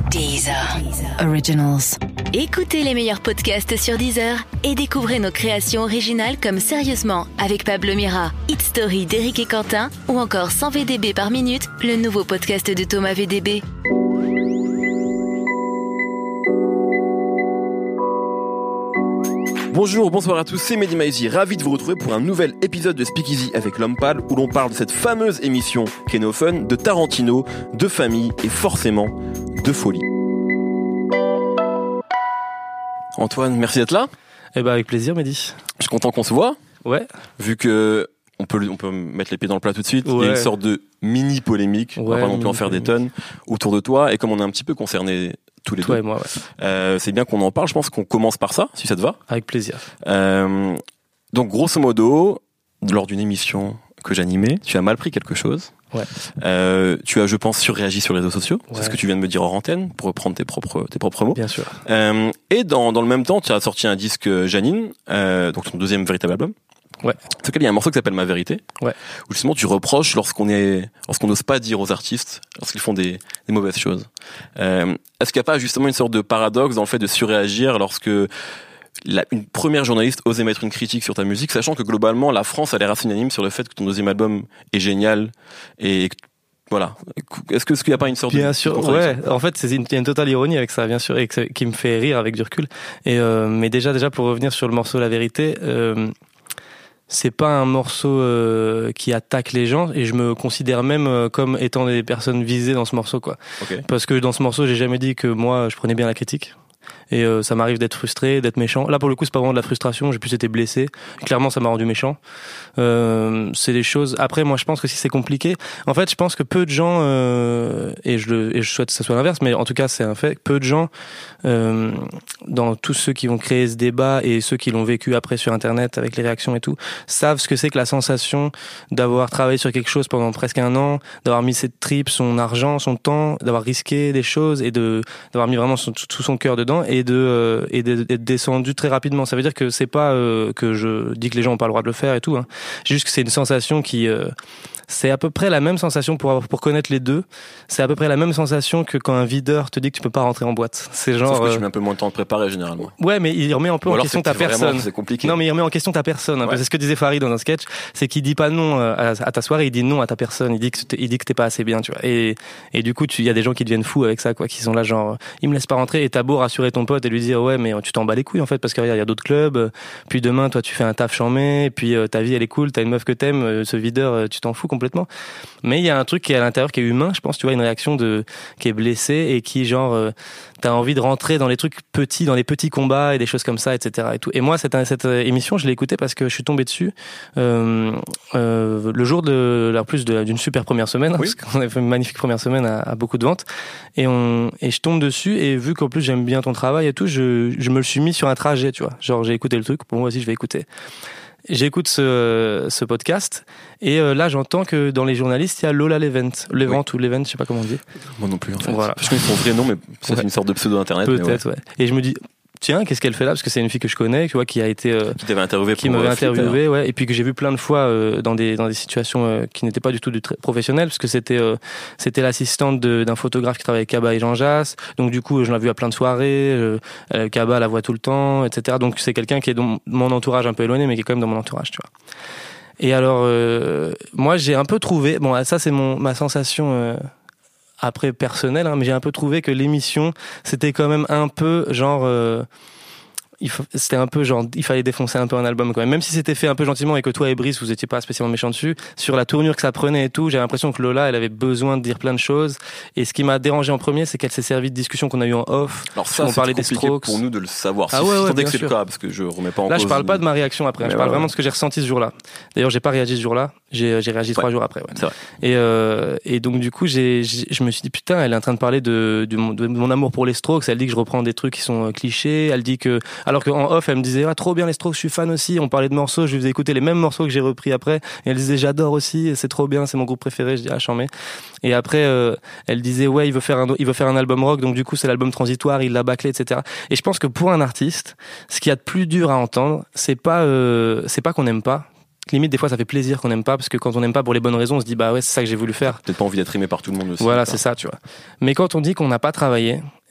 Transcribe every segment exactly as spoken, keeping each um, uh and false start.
Deezer. Originals. Écoutez les meilleurs podcasts sur Deezer et découvrez nos créations originales comme Sérieusement avec Pablo Mira, Hit Story d'Éric et Quentin ou encore cent V D B par minute, le nouveau podcast de Thomas V D B. Bonjour, bonsoir à tous, c'est Mehdi Maizi, ravi de vous retrouver pour un nouvel épisode de Speakeasy avec l'Homme Pâle où l'on parle de cette fameuse émission Keno Fun, de Tarantino, de famille et forcément de folie. Antoine, merci d'être là. Eh ben avec plaisir Mehdi. Je suis content qu'on se voit. Ouais. Vu que on peut, on peut mettre les pieds dans le plat tout de suite. Ouais. Il y a une sorte de mini polémique, ouais, on va pas non plus en faire des tonnes, autour de toi. Et comme on est un petit peu concernés tous les Toi deux, et moi, ouais. euh, c'est bien qu'on en parle. Je pense qu'on commence par ça, si ça te va. Avec plaisir. Euh, donc grosso modo, lors d'une émission que j'animais, tu as mal pris quelque chose. Ouais. Euh, tu as, je pense, surréagi sur les réseaux sociaux. Ouais. C'est ce que tu viens de me dire hors antenne, pour reprendre tes propres, tes propres mots. Bien sûr. Euh, et dans, dans le même temps, tu as sorti un disque Janine, euh, donc ton deuxième véritable album. Ouais. Sur lequel il y a un morceau qui s'appelle Ma Vérité. Ouais. Où justement tu reproches lorsqu'on est, lorsqu'on n'ose pas dire aux artistes, lorsqu'ils font des, des mauvaises choses. Euh, est-ce qu'il n'y a pas justement une sorte de paradoxe dans le fait de surréagir lorsque la, une première journaliste ose émettre une critique sur ta musique, sachant que globalement la France a l'air assez unanime sur le fait que ton deuxième album est génial et voilà. Est-ce que, est-ce qu'il n'y a pas une sorte bien de sûr, ouais. En fait, c'est une, il y a une totale ironie avec ça, bien sûr, et que, qui me fait rire avec du recul. Et euh, mais déjà, déjà pour revenir sur le morceau La Vérité. Euh, C'est pas un morceau euh, qui attaque les gens et je me considère même euh, comme étant des personnes visées dans ce morceau, quoi. Okay. Parce que dans ce morceau, j'ai jamais dit que moi je prenais bien la critique. Et euh, ça m'arrive d'être frustré, d'être méchant. Là, pour le coup, c'est pas vraiment de la frustration. J'ai plus été blessé. Clairement, ça m'a rendu méchant. Euh, c'est des choses. Après, moi, je pense que si c'est compliqué. En fait, je pense que peu de gens, euh, et je le, et je souhaite que ça soit l'inverse, mais en tout cas, c'est un fait. Peu de gens, euh, dans tous ceux qui vont créer ce débat et ceux qui l'ont vécu après sur Internet avec les réactions et tout, savent ce que c'est que la sensation d'avoir travaillé sur quelque chose pendant presque un an, d'avoir mis ses tripes, son argent, son temps, d'avoir risqué des choses et de d'avoir mis vraiment son, tout son cœur dedans. Et de euh, et d'être descendu très rapidement. Ça veut dire que c'est pas euh, que je dis que les gens ont pas le droit de le faire et tout. Hein. Juste que c'est une sensation qui euh, c'est à peu près la même sensation pour avoir, pour connaître les deux. C'est à peu près la même sensation que quand un videur te dit que tu peux pas rentrer en boîte. C'est genre. Sauf que euh... tu mets un peu moins de temps de préparer généralement. Ouais, mais il remet un peu Ou en alors question c'est ta vraiment, personne. C'est compliqué. Non, mais il remet en question ta personne. Ouais. C'est ce que disait Farid dans un sketch. C'est qu'il dit pas non à, à ta soirée, il dit non à ta personne. Il dit que t'es, il dit que t'es pas assez bien, tu vois. Et et du coup, il y a des gens qui deviennent fous avec ça, quoi, qui sont là genre, il me laisse pas rentrer. Et t'as beau rassurer ton pote et lui dire ouais, mais tu t'en bats les couilles en fait, parce que regarde, il y a d'autres clubs. Puis demain, toi, tu fais un taf chambé. Puis euh, ta vie, elle est cool. T'as une meuf que t'aimes. Euh, ce videur, euh, tu t'en fous complètement. Mais il y a un truc qui est à l'intérieur, qui est humain, je pense. Tu vois, une réaction de qui est blessée et qui genre, euh, t'as envie de rentrer dans les trucs petits, dans les petits combats et des choses comme ça, et cetera. Et tout. Et moi, cette cette émission, je l'ai écoutée parce que je suis tombé dessus euh, euh, le jour de, en plus de, d'une super première semaine, oui. Parce qu'on a fait une magnifique première semaine à, à beaucoup de ventes. Et on et je tombe dessus et vu qu'en plus j'aime bien ton travail et tout, je je me le suis mis sur un trajet, tu vois. Genre j'ai écouté le truc, bon moi aussi je vais écouter. J'écoute ce, ce podcast et euh, là j'entends que dans les journalistes il y a Lola Levent, Levent oui. ou Levent, je sais pas comment on dit. Moi non plus en fait. Voilà. Je connais son vrai nom, mais ça, ouais. C'est une sorte de pseudo internet. Peut-être, ouais. ouais. Et je me dis tiens, qu'est-ce qu'elle fait là, parce que c'est une fille que je connais, tu vois, qui a été euh, qui t'avait interviewé, qui m'avait interviewé, ouais, et puis que j'ai vu plein de fois euh, dans des dans des situations euh, qui n'étaient pas du tout du tra- professionnelles, parce que c'était euh, c'était l'assistante de, d'un photographe qui travaillait avec Kaba et Jean Jass, donc du coup je l'ai vu à plein de soirées, euh, Kaba la voit tout le temps, et cetera. Donc c'est quelqu'un qui est dans mon entourage un peu éloigné, mais qui est quand même dans mon entourage, tu vois. Et alors euh, moi j'ai un peu trouvé, bon ça c'est mon ma sensation. Euh, après personnel, hein, mais j'ai un peu trouvé que l'émission c'était quand même un peu genre euh, il faut, c'était un peu genre il fallait défoncer un peu un album quand même, même si c'était fait un peu gentiment et que toi et Brice vous étiez pas spécialement méchants dessus, sur la tournure que ça prenait et tout, j'ai l'impression que Lola elle avait besoin de dire plein de choses, et ce qui m'a dérangé en premier c'est qu'elle s'est servie de discussions qu'on a eu en off. Alors ça on c'est parlait compliqué des Strokes pour nous de le savoir, ah ouais, ouais, que c'est sûr. le cas, parce que je remets pas en là cause je parle pas de ma réaction après, hein, je parle ouais, vraiment ouais. de ce que j'ai ressenti ce jour-là. D'ailleurs j'ai pas réagi ce jour-là, j'ai, j'ai réagi ouais. trois jours après, ouais. C'est vrai. Et, euh, et donc du coup j'ai, j'ai, je me suis dit putain, elle est en train de parler de, de, mon, de mon amour pour les Strokes, elle dit que je reprends des trucs qui sont clichés, elle dit que, alors qu'en off elle me disait ah trop bien les Strokes, je suis fan aussi, on parlait de morceaux, je lui faisais écouter les mêmes morceaux que j'ai repris après, et elle disait j'adore aussi, c'est trop bien, c'est mon groupe préféré, je dis ah chambé. Et après euh, elle disait ouais il veut faire un il veut faire un album rock, donc du coup c'est l'album transitoire, il l'a bâclé, et cetera. Et je pense que pour un artiste, ce qu'il y a de plus dur à entendre, c'est pas euh, c'est pas qu'on aime pas. Limite des fois ça fait plaisir qu'on aime pas, parce que quand on aime pas pour les bonnes raisons on se dit bah ouais c'est ça que j'ai voulu faire, peut-être pas envie d'être aimé par tout le monde aussi, voilà c'est ça, tu vois. Mais quand on dit qu'on n'a pas travaillé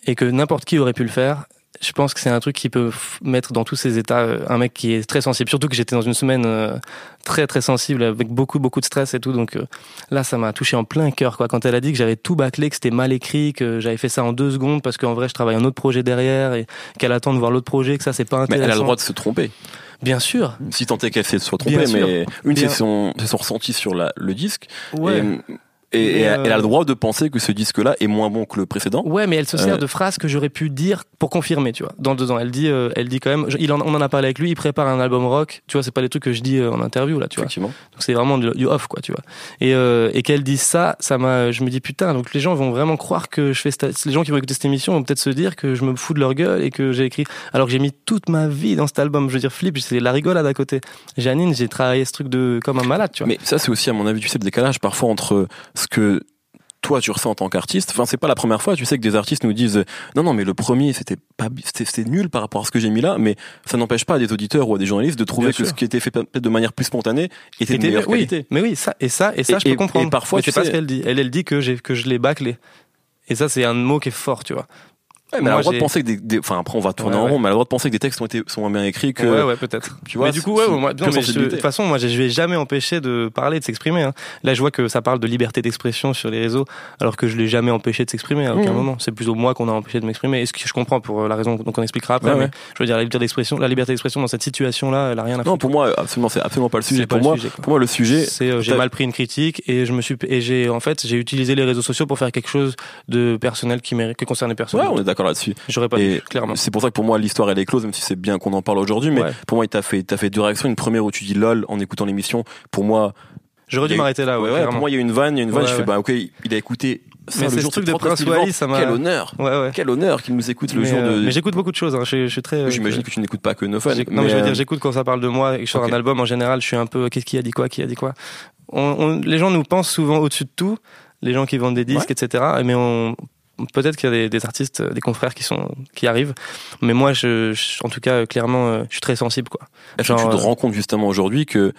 et que n'importe qui aurait pu le faire. Je pense que c'est un truc qui peut mettre dans tous ces états euh, un mec qui est très sensible. Surtout que j'étais dans une semaine euh, très très sensible avec beaucoup beaucoup de stress et tout. Donc euh, là, ça m'a touché en plein cœur, quoi. Quand elle a dit que j'avais tout bâclé, que c'était mal écrit, que j'avais fait ça en deux secondes parce qu'en vrai, je travaille un autre projet derrière et qu'elle attend de voir l'autre projet, que ça c'est pas intéressant. Mais elle a le droit de se tromper. Bien sûr. Si tant est qu'elle se soit trompée, Bien mais sûr. une Bien... c'est son c'est son ressenti sur la, le disque. Ouais. Et, Et, et euh... elle a le droit de penser que ce disque-là est moins bon que le précédent. Ouais, mais elle se sert euh... de phrases que j'aurais pu dire pour confirmer, tu vois. Dans deux ans, elle dit, euh, elle dit quand même. Il en, on en a parlé avec lui. Il prépare un album rock. Tu vois, c'est pas les trucs que je dis euh, en interview là, tu vois. Effectivement. Donc c'est vraiment du, du off, quoi, tu vois. Et, euh, et qu'elle dise ça, ça m'a. Je me dis putain. Donc les gens vont vraiment croire que je fais. Sta... Les gens qui vont écouter cette émission vont peut-être se dire que je me fous de leur gueule et que j'ai écrit. Alors que j'ai mis toute ma vie dans cet album. Je veux dire, Flip, c'est la rigolade à côté. Janine, j'ai travaillé ce truc de comme un malade, tu vois. Mais ça, c'est aussi à mon avis, tu sais, le décalage parfois entre ce que toi tu ressens en tant qu'artiste. Enfin, c'est pas la première fois, tu sais, que des artistes nous disent non non mais le premier c'était pas c'était, c'était nul par rapport à ce que j'ai mis là, mais ça n'empêche pas à des auditeurs ou à des journalistes de trouver Bien que sûr. ce qui était fait peut-être de manière plus spontanée était de meilleure oui, qualité. Mais oui, ça et ça et ça et, je peux et, comprendre. Et parfois mais tu c'est sais, pas ce qu'elle dit. Elle elle dit que j'ai que je l'ai bâclé. Et ça c'est un mot qui est fort, tu vois. Ouais, mais elle a le droit de penser que des, des, enfin après on va tourner ouais, en rond, ouais. mais elle a le droit de penser que des textes ont été sont moins bien écrits que. Ouais, ouais, peut-être. Tu vois. Mais du coup, ouais, ouais moi, non, mais je, de toute façon, moi, je vais jamais empêcher de parler, de s'exprimer. Hein. Là, je vois que ça parle de liberté d'expression sur les réseaux, alors que je l'ai jamais empêché de s'exprimer à aucun mmh. moment. C'est plutôt moi qu'on a empêché de m'exprimer. Et ce que je comprends pour la raison dont on expliquera après. Ouais, mais ouais. Je veux dire, la liberté d'expression, la liberté d'expression dans cette situation-là, elle a rien à foutre. Non, pour moi, absolument, c'est absolument pas le sujet. Pour moi, sujet, pour moi, le sujet, c'est euh, j'ai mal pris une critique et je me suis et j'ai en fait j'ai utilisé les réseaux sociaux pour faire quelque chose de personnel qui mérite, qui concerne personne. Ouais, on est d'accord là-dessus. J'aurais pas dit clairement. C'est pour ça que pour moi l'histoire elle est close, même si c'est bien qu'on en parle aujourd'hui, mais ouais. pour moi il t'a fait, t'as fait deux réactions. Une première où tu dis lol en écoutant l'émission. Pour moi, j'aurais dû m'arrêter là. Ouais, ouais, pour moi il y a une vanne, il y a une vanne. Ouais, je ouais. fais bah ok, il a écouté. Ça, mais c'est ce truc de Prince Wally, ça m'a. Quel honneur, ouais, ouais. quel honneur qu'il nous écoute le mais jour euh, de. Mais j'écoute beaucoup de choses. Hein. Je, je suis très. Oui, j'imagine que tu n'écoutes pas que nos fans. Non, mais, mais je veux dire, j'écoute quand ça parle de moi et que je sors okay. un album. En général, je suis un peu. Qu'est-ce qui a dit quoi, qui a dit quoi. On, on, les gens nous pensent souvent au-dessus de tout. Les gens qui vendent des disques, ouais. et cetera. Mais on. Peut-être qu'il y a des, des artistes, des confrères qui sont qui arrivent, mais moi, je, je en tout cas, clairement, je suis très sensible, quoi. Est-ce que tu te rends compte justement aujourd'hui que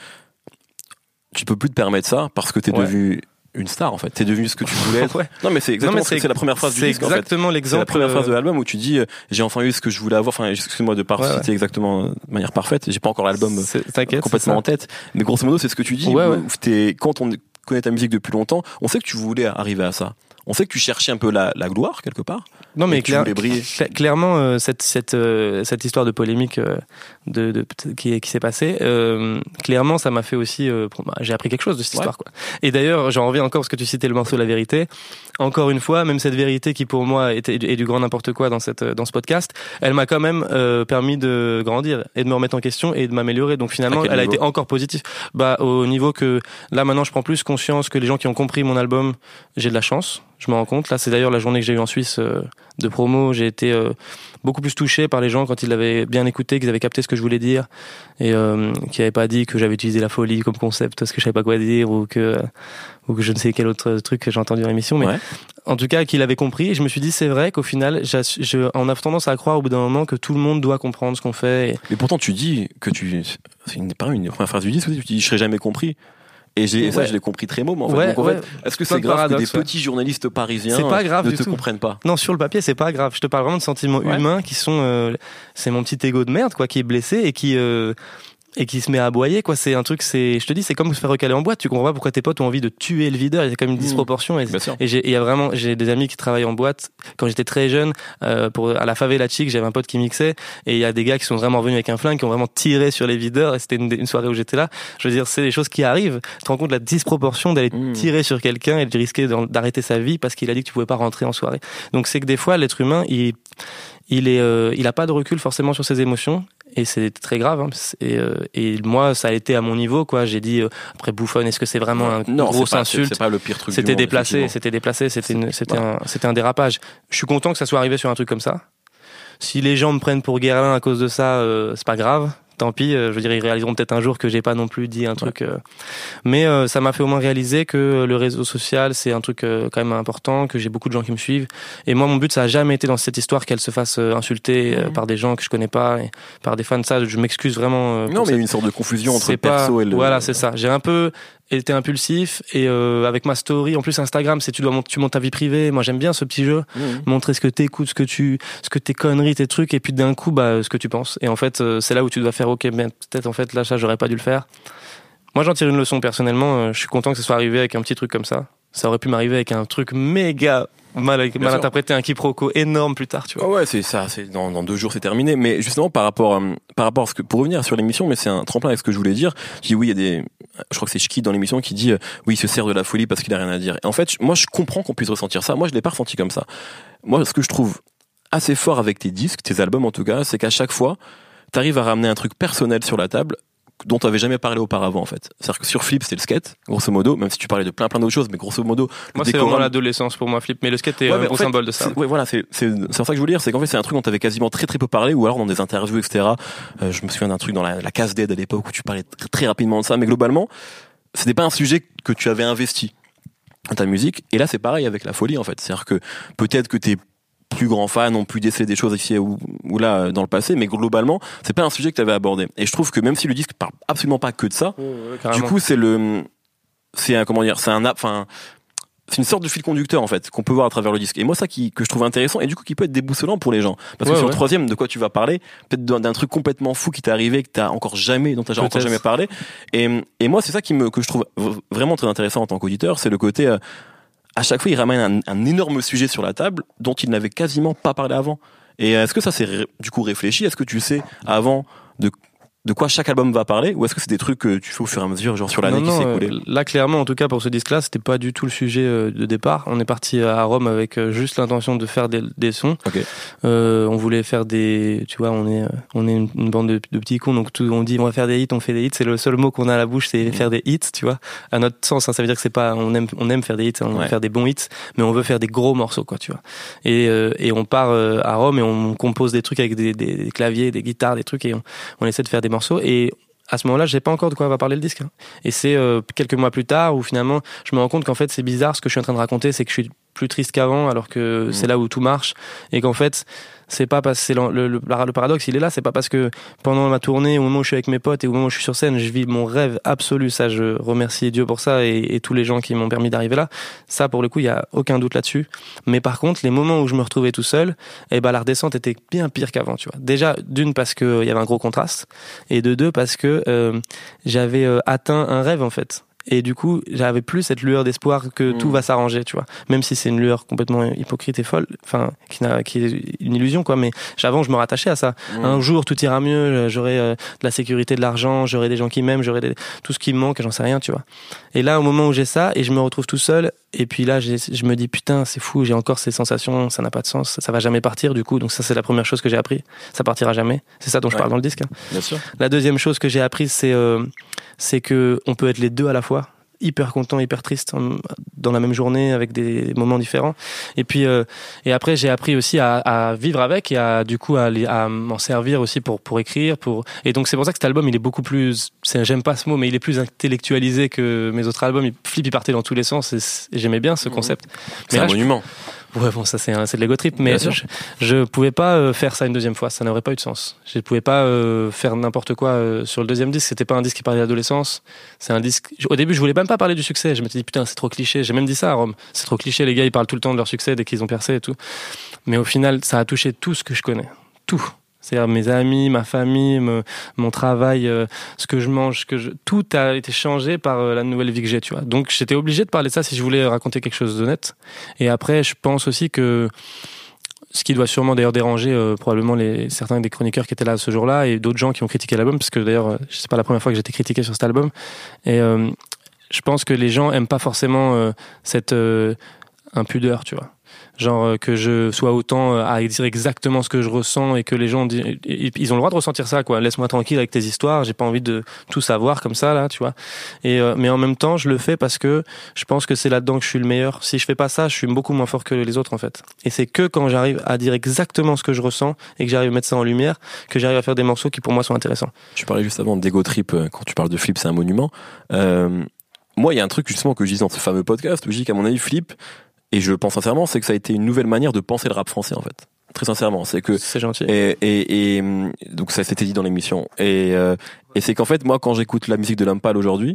tu peux plus te permettre ça parce que t'es ouais. devenu une star en fait, t'es devenu ce que tu voulais être. Ouais. Non mais c'est exactement, non, mais c'est, c'est la première phrase du disque. C'est exactement en fait. l'exemple. C'est la première phrase de l'album où tu dis j'ai enfin eu ce que je voulais avoir. Enfin, excuse-moi de pas ouais, citer ouais. exactement de manière parfaite. J'ai pas encore l'album complètement en tête, mais grosso modo c'est ce que tu dis. Ouais, où, ouais. où t'es, quand on connaît ta musique depuis longtemps, on sait que tu voulais arriver à ça. On sait que tu cherchais un peu la, la gloire quelque part. Non mais clair, briller. clairement euh, cette cette euh, cette histoire de polémique euh, de, de qui qui s'est passée, euh, clairement ça m'a fait aussi euh, bah, j'ai appris quelque chose de cette ouais. histoire quoi. Et d'ailleurs j'en reviens encore parce que tu citais le morceau La Vérité. Encore une fois, même cette vérité qui pour moi était est du grand n'importe quoi dans cette dans ce podcast, elle m'a quand même euh, permis de grandir et de me remettre en question et de m'améliorer. Donc finalement elle niveau? a été encore positive. Bah au niveau que là maintenant je prends plus conscience que les gens qui ont compris mon album, j'ai de la chance. Je me rends compte. Là, c'est d'ailleurs la journée que j'ai eue en Suisse euh, de promo. J'ai été euh, beaucoup plus touché par les gens quand ils l'avaient bien écouté, qu'ils avaient capté ce que je voulais dire et euh, qui n'avaient pas dit que j'avais utilisé la folie comme concept parce que je savais pas quoi dire ou que ou que je ne sais quel autre truc que j'ai entendu dans l'émission. Mais ouais. en tout cas, qu'il avait compris. Et je me suis dit, c'est vrai qu'au final, je, on a tendance à croire au bout d'un moment que tout le monde doit comprendre ce qu'on fait. Et... Mais pourtant, tu dis que tu, c'est une, pas une première phrase du disque, tu dis, je serais jamais compris. Et, j'ai, et ça, ouais. je l'ai compris très môme, en fait. Ouais, Donc, en ouais. fait, est-ce que c'est grave paradoxe, que des petits ouais. journalistes parisiens c'est pas grave ne du te tout. comprennent pas? Non, sur le papier, c'est pas grave. Je te parle vraiment de sentiments ouais. humains qui sont, euh, c'est mon petit ego de merde, quoi, qui est blessé et qui, euh, et qui se met à aboyer, quoi. C'est un truc, c'est, je te dis, c'est comme se faire recaler en boîte. Tu comprends pas pourquoi tes potes ont envie de tuer le videur. Il y a quand même une disproportion. Mmh. Et, et j'ai, il y a vraiment, j'ai des amis qui travaillent en boîte. Quand j'étais très jeune, euh, pour, à la Favela Chic, j'avais un pote qui mixait. Et il y a des gars qui sont vraiment venus avec un flingue, qui ont vraiment tiré sur les videurs. Et c'était une, une soirée où j'étais là. Je veux dire, c'est des choses qui arrivent. Tu te rends compte de la disproportion d'aller mmh. tirer sur quelqu'un et de risquer d'arrêter sa vie parce qu'il a dit que tu pouvais pas rentrer en soirée. Donc c'est que des fois, l'être humain, il, il est, euh, il a pas de recul forcément sur ses émotions. Et c'est très grave. Hein. Et, euh, et moi, ça a été à mon niveau, quoi. J'ai dit euh, après bouffonne, est-ce que c'est vraiment un non, grosse c'est pas, insulte? C'est, c'est pas le pire truc. C'était du déplacé, monde, c'était déplacé, c'était, une, c'était voilà. un, c'était un dérapage. Je suis content que ça soit arrivé sur un truc comme ça. Si les gens me prennent pour Guerlain à cause de ça, euh, c'est pas grave. Tant pis, euh, je veux dire, ils réaliseront peut-être un jour que j'ai pas non plus dit un truc. Ouais. Euh... Mais euh, ça m'a fait au moins réaliser que le réseau social, c'est un truc euh, quand même important, que j'ai beaucoup de gens qui me suivent. Et moi, mon but, ça a jamais été dans cette histoire qu'elle se fasse euh, insulter euh, mmh. par des gens que je connais pas, et par des fans. Ça, je m'excuse vraiment. Euh, non, mais il y a une sorte de confusion entre le perso pas... et le. Voilà, c'est ça. J'ai un peu et t'es impulsif et euh, avec ma story en plus Instagram c'est tu dois monter, tu montes ta vie privée, moi j'aime bien ce petit jeu, mmh. montrer ce que t'écoutes, ce que tu ce que tes conneries, tes trucs et puis d'un coup bah ce que tu penses et en fait euh, c'est là où tu dois faire ok mais peut-être en fait là ça j'aurais pas dû le faire. Moi j'en tire une leçon personnellement, euh, je suis content que ce soit arrivé avec un petit truc comme ça. Ça aurait pu m'arriver avec un truc méga mal, mal interprété, un quiproquo énorme plus tard, tu vois. Oh ouais, c'est ça, c'est dans, dans deux jours c'est terminé. Mais justement par rapport euh, par rapport à ce que pour revenir sur l'émission, mais c'est un tremplin avec ce que je voulais dire. Je dis oui, il y a des, je crois que c'est Shki dans l'émission qui dit euh, oui, il se sert de la folie parce qu'il a rien à dire. Et en fait, moi je comprends qu'on puisse ressentir ça. Moi je l'ai pas ressenti comme ça. Moi ce que je trouve assez fort avec tes disques, tes albums en tout cas, c'est qu'à chaque fois, t'arrives à ramener un truc personnel sur la table dont tu n'avais jamais parlé auparavant en fait. C'est-à-dire que sur Flip c'était le skate, grosso modo, même si tu parlais de plein plein d'autres choses, mais grosso modo. Moi c'est vraiment l'adolescence pour moi Flip, mais le skate est ouais, un gros symbole de ça. Ouais voilà, c'est c'est c'est ça que je voulais dire, c'est qu'en fait c'est un truc dont tu avais quasiment très très peu parlé, ou alors dans des interviews et cetera. Euh, je me souviens d'un truc dans la, la case d'aide à l'époque où tu parlais très, très rapidement de ça, mais globalement c'était pas un sujet que tu avais investi dans ta musique. Et là c'est pareil avec la folie en fait, c'est-à-dire que peut-être que t'es plus grands fans ont pu déceler des choses ici ou, ou là dans le passé, mais globalement c'est pas un sujet que tu avais abordé. Et je trouve que même si le disque parle absolument pas que de ça, ouais, du coup c'est le c'est un comment dire c'est un enfin c'est une sorte de fil conducteur en fait qu'on peut voir à travers le disque. Et moi ça qui que je trouve intéressant et du coup qui peut être déboussolant pour les gens parce que ouais, sur ouais. le troisième de quoi tu vas parler peut-être d'un, d'un truc complètement fou qui t'est arrivé que t'as encore jamais dont t'as encore jamais parlé. Et et moi c'est ça qui me que je trouve vraiment très intéressant en tant qu'auditeur, c'est le côté euh, à chaque fois, il ramène un, un énorme sujet sur la table dont il n'avait quasiment pas parlé avant. Et est-ce que ça c'est ré, du coup réfléchi? Est-ce que tu sais avant de de quoi chaque album va parler, ou est-ce que c'est des trucs que tu fais au fur et à mesure, genre sur l'année non, qui s'est écoulée? Euh, là, clairement, en tout cas pour ce disque-là, c'était pas du tout le sujet euh, de départ. On est parti à Rome avec euh, juste l'intention de faire des, des sons. Okay. Euh, on voulait faire des, tu vois, on est on est une, une bande de, de petits cons, donc tout, on dit on va faire des hits, on fait des hits. C'est le seul mot qu'on a à la bouche, c'est mmh. faire des hits, tu vois. À notre sens, hein, ça veut dire que c'est pas, on aime on aime faire des hits, on ouais. aime faire des bons hits, mais on veut faire des gros morceaux, quoi, tu vois. Et euh, et on part euh, à Rome et on compose des trucs avec des, des, des claviers, des guitares, des trucs, et on, on essaie de faire des morceaux. Et à ce moment-là, je sais pas encore de quoi va parler le disque. Et c'est euh, quelques mois plus tard où finalement, je me rends compte qu'en fait, c'est bizarre. Ce que je suis en train de raconter, c'est que je suis plus triste qu'avant, alors que mmh. c'est là où tout marche, et qu'en fait, c'est pas parce c'est le, le, le, le paradoxe, il est là. C'est pas parce que pendant ma tournée, au moment où je suis avec mes potes et au moment où je suis sur scène, je vis mon rêve absolu. Ça, je remercie Dieu pour ça et, et tous les gens qui m'ont permis d'arriver là. Ça, pour le coup, il y a aucun doute là-dessus. Mais par contre, les moments où je me retrouvais tout seul, eh ben la redescente était bien pire qu'avant. Tu vois. Déjà, d'une parce que il y avait un gros contraste, et de deux parce que euh, j'avais euh, atteint un rêve en fait. Et du coup, j'avais plus cette lueur d'espoir que mmh. tout va s'arranger, tu vois. Même si c'est une lueur complètement hypocrite et folle, enfin, qui n'a, qui est une illusion, quoi. Mais avant, je me rattachais à ça. Mmh. Un jour, tout ira mieux, j'aurai euh, de la sécurité, de l'argent, j'aurai des gens qui m'aiment, j'aurai des... tout ce qui me manque, j'en sais rien, tu vois. Et là, au moment où j'ai ça, et je me retrouve tout seul, et puis là, j'ai, je me dis, putain, c'est fou, j'ai encore ces sensations, ça n'a pas de sens, ça, ça va jamais partir, du coup. Donc ça, c'est la première chose que j'ai appris. Ça partira jamais. C'est ça dont je ouais. parle dans le disque. Hein. Bien sûr. La deuxième chose que j'ai apprise, c'est, euh, c'est que on peut être les deux à la fois. Hyper content, hyper triste dans la même journée avec des moments différents. Et puis euh, et après j'ai appris aussi à, à vivre avec et à du coup à, à m'en servir aussi pour pour écrire pour et donc c'est pour ça que cet album il est beaucoup plus c'est, j'aime pas ce mot mais il est plus intellectualisé que mes autres albums. Il Flip il partait dans tous les sens et, et j'aimais bien ce concept. C'est mais un là, monument. Je, Ouais, bon, ça c'est, un, c'est de l'ego trip, mais je, je pouvais pas euh, faire ça une deuxième fois, ça n'aurait pas eu de sens. Je pouvais pas euh, faire n'importe quoi euh, sur le deuxième disque, c'était pas un disque qui parlait d'adolescence, c'est un disque... Au début, je voulais même pas parler du succès, je m'étais dit putain, c'est trop cliché, j'ai même dit ça à Rome, c'est trop cliché, les gars, ils parlent tout le temps de leur succès dès qu'ils ont percé et tout. Mais au final, ça a touché tout ce que je connais, tout. C'est-à-dire mes amis, ma famille, me, mon travail, euh, ce que je mange, ce que je... tout a été changé par euh, la nouvelle vie que j'ai, tu vois. Donc j'étais obligé de parler de ça si je voulais raconter quelque chose d'honnête. Et après, je pense aussi que ce qui doit sûrement d'ailleurs déranger euh, probablement les certains des chroniqueurs qui étaient là ce jour-là et d'autres gens qui ont critiqué l'album, parce que d'ailleurs, c'est pas la première fois que j'ai été critiqué sur cet album. Et euh, je pense que les gens aiment pas forcément euh, cette euh, impudeur, tu vois. Genre que je sois autant à dire exactement ce que je ressens et que les gens disent, ils ont le droit de ressentir ça, quoi. Laisse-moi tranquille avec tes histoires, j'ai pas envie de tout savoir comme ça là, tu vois. Et euh, mais en même temps, je le fais parce que je pense que c'est là-dedans que je suis le meilleur. Si je fais pas ça, je suis beaucoup moins fort que les autres en fait. Et c'est que quand j'arrive à dire exactement ce que je ressens et que j'arrive à mettre ça en lumière, que j'arrive à faire des morceaux qui pour moi sont intéressants. Tu parlais juste avant d'ego trip quand tu parles de Flip, c'est un monument. Euh, moi, il y a un truc justement que je dis dans ce fameux podcast où je dis qu'à mon avis, Flip, et je le pense sincèrement, c'est que ça a été une nouvelle manière de penser le rap français en fait. Très sincèrement, c'est que c'est gentil. Et, et, et donc ça s'était dit dans l'émission. Et euh, et c'est qu'en fait moi quand j'écoute la musique de Lampal aujourd'hui,